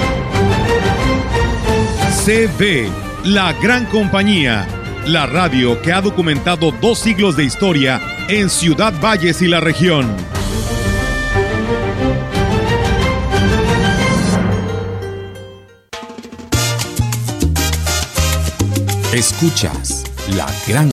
CB, la gran compañía, la radio que ha documentado 2 siglos de historia en Ciudad Valles y la región. Escuchas la gran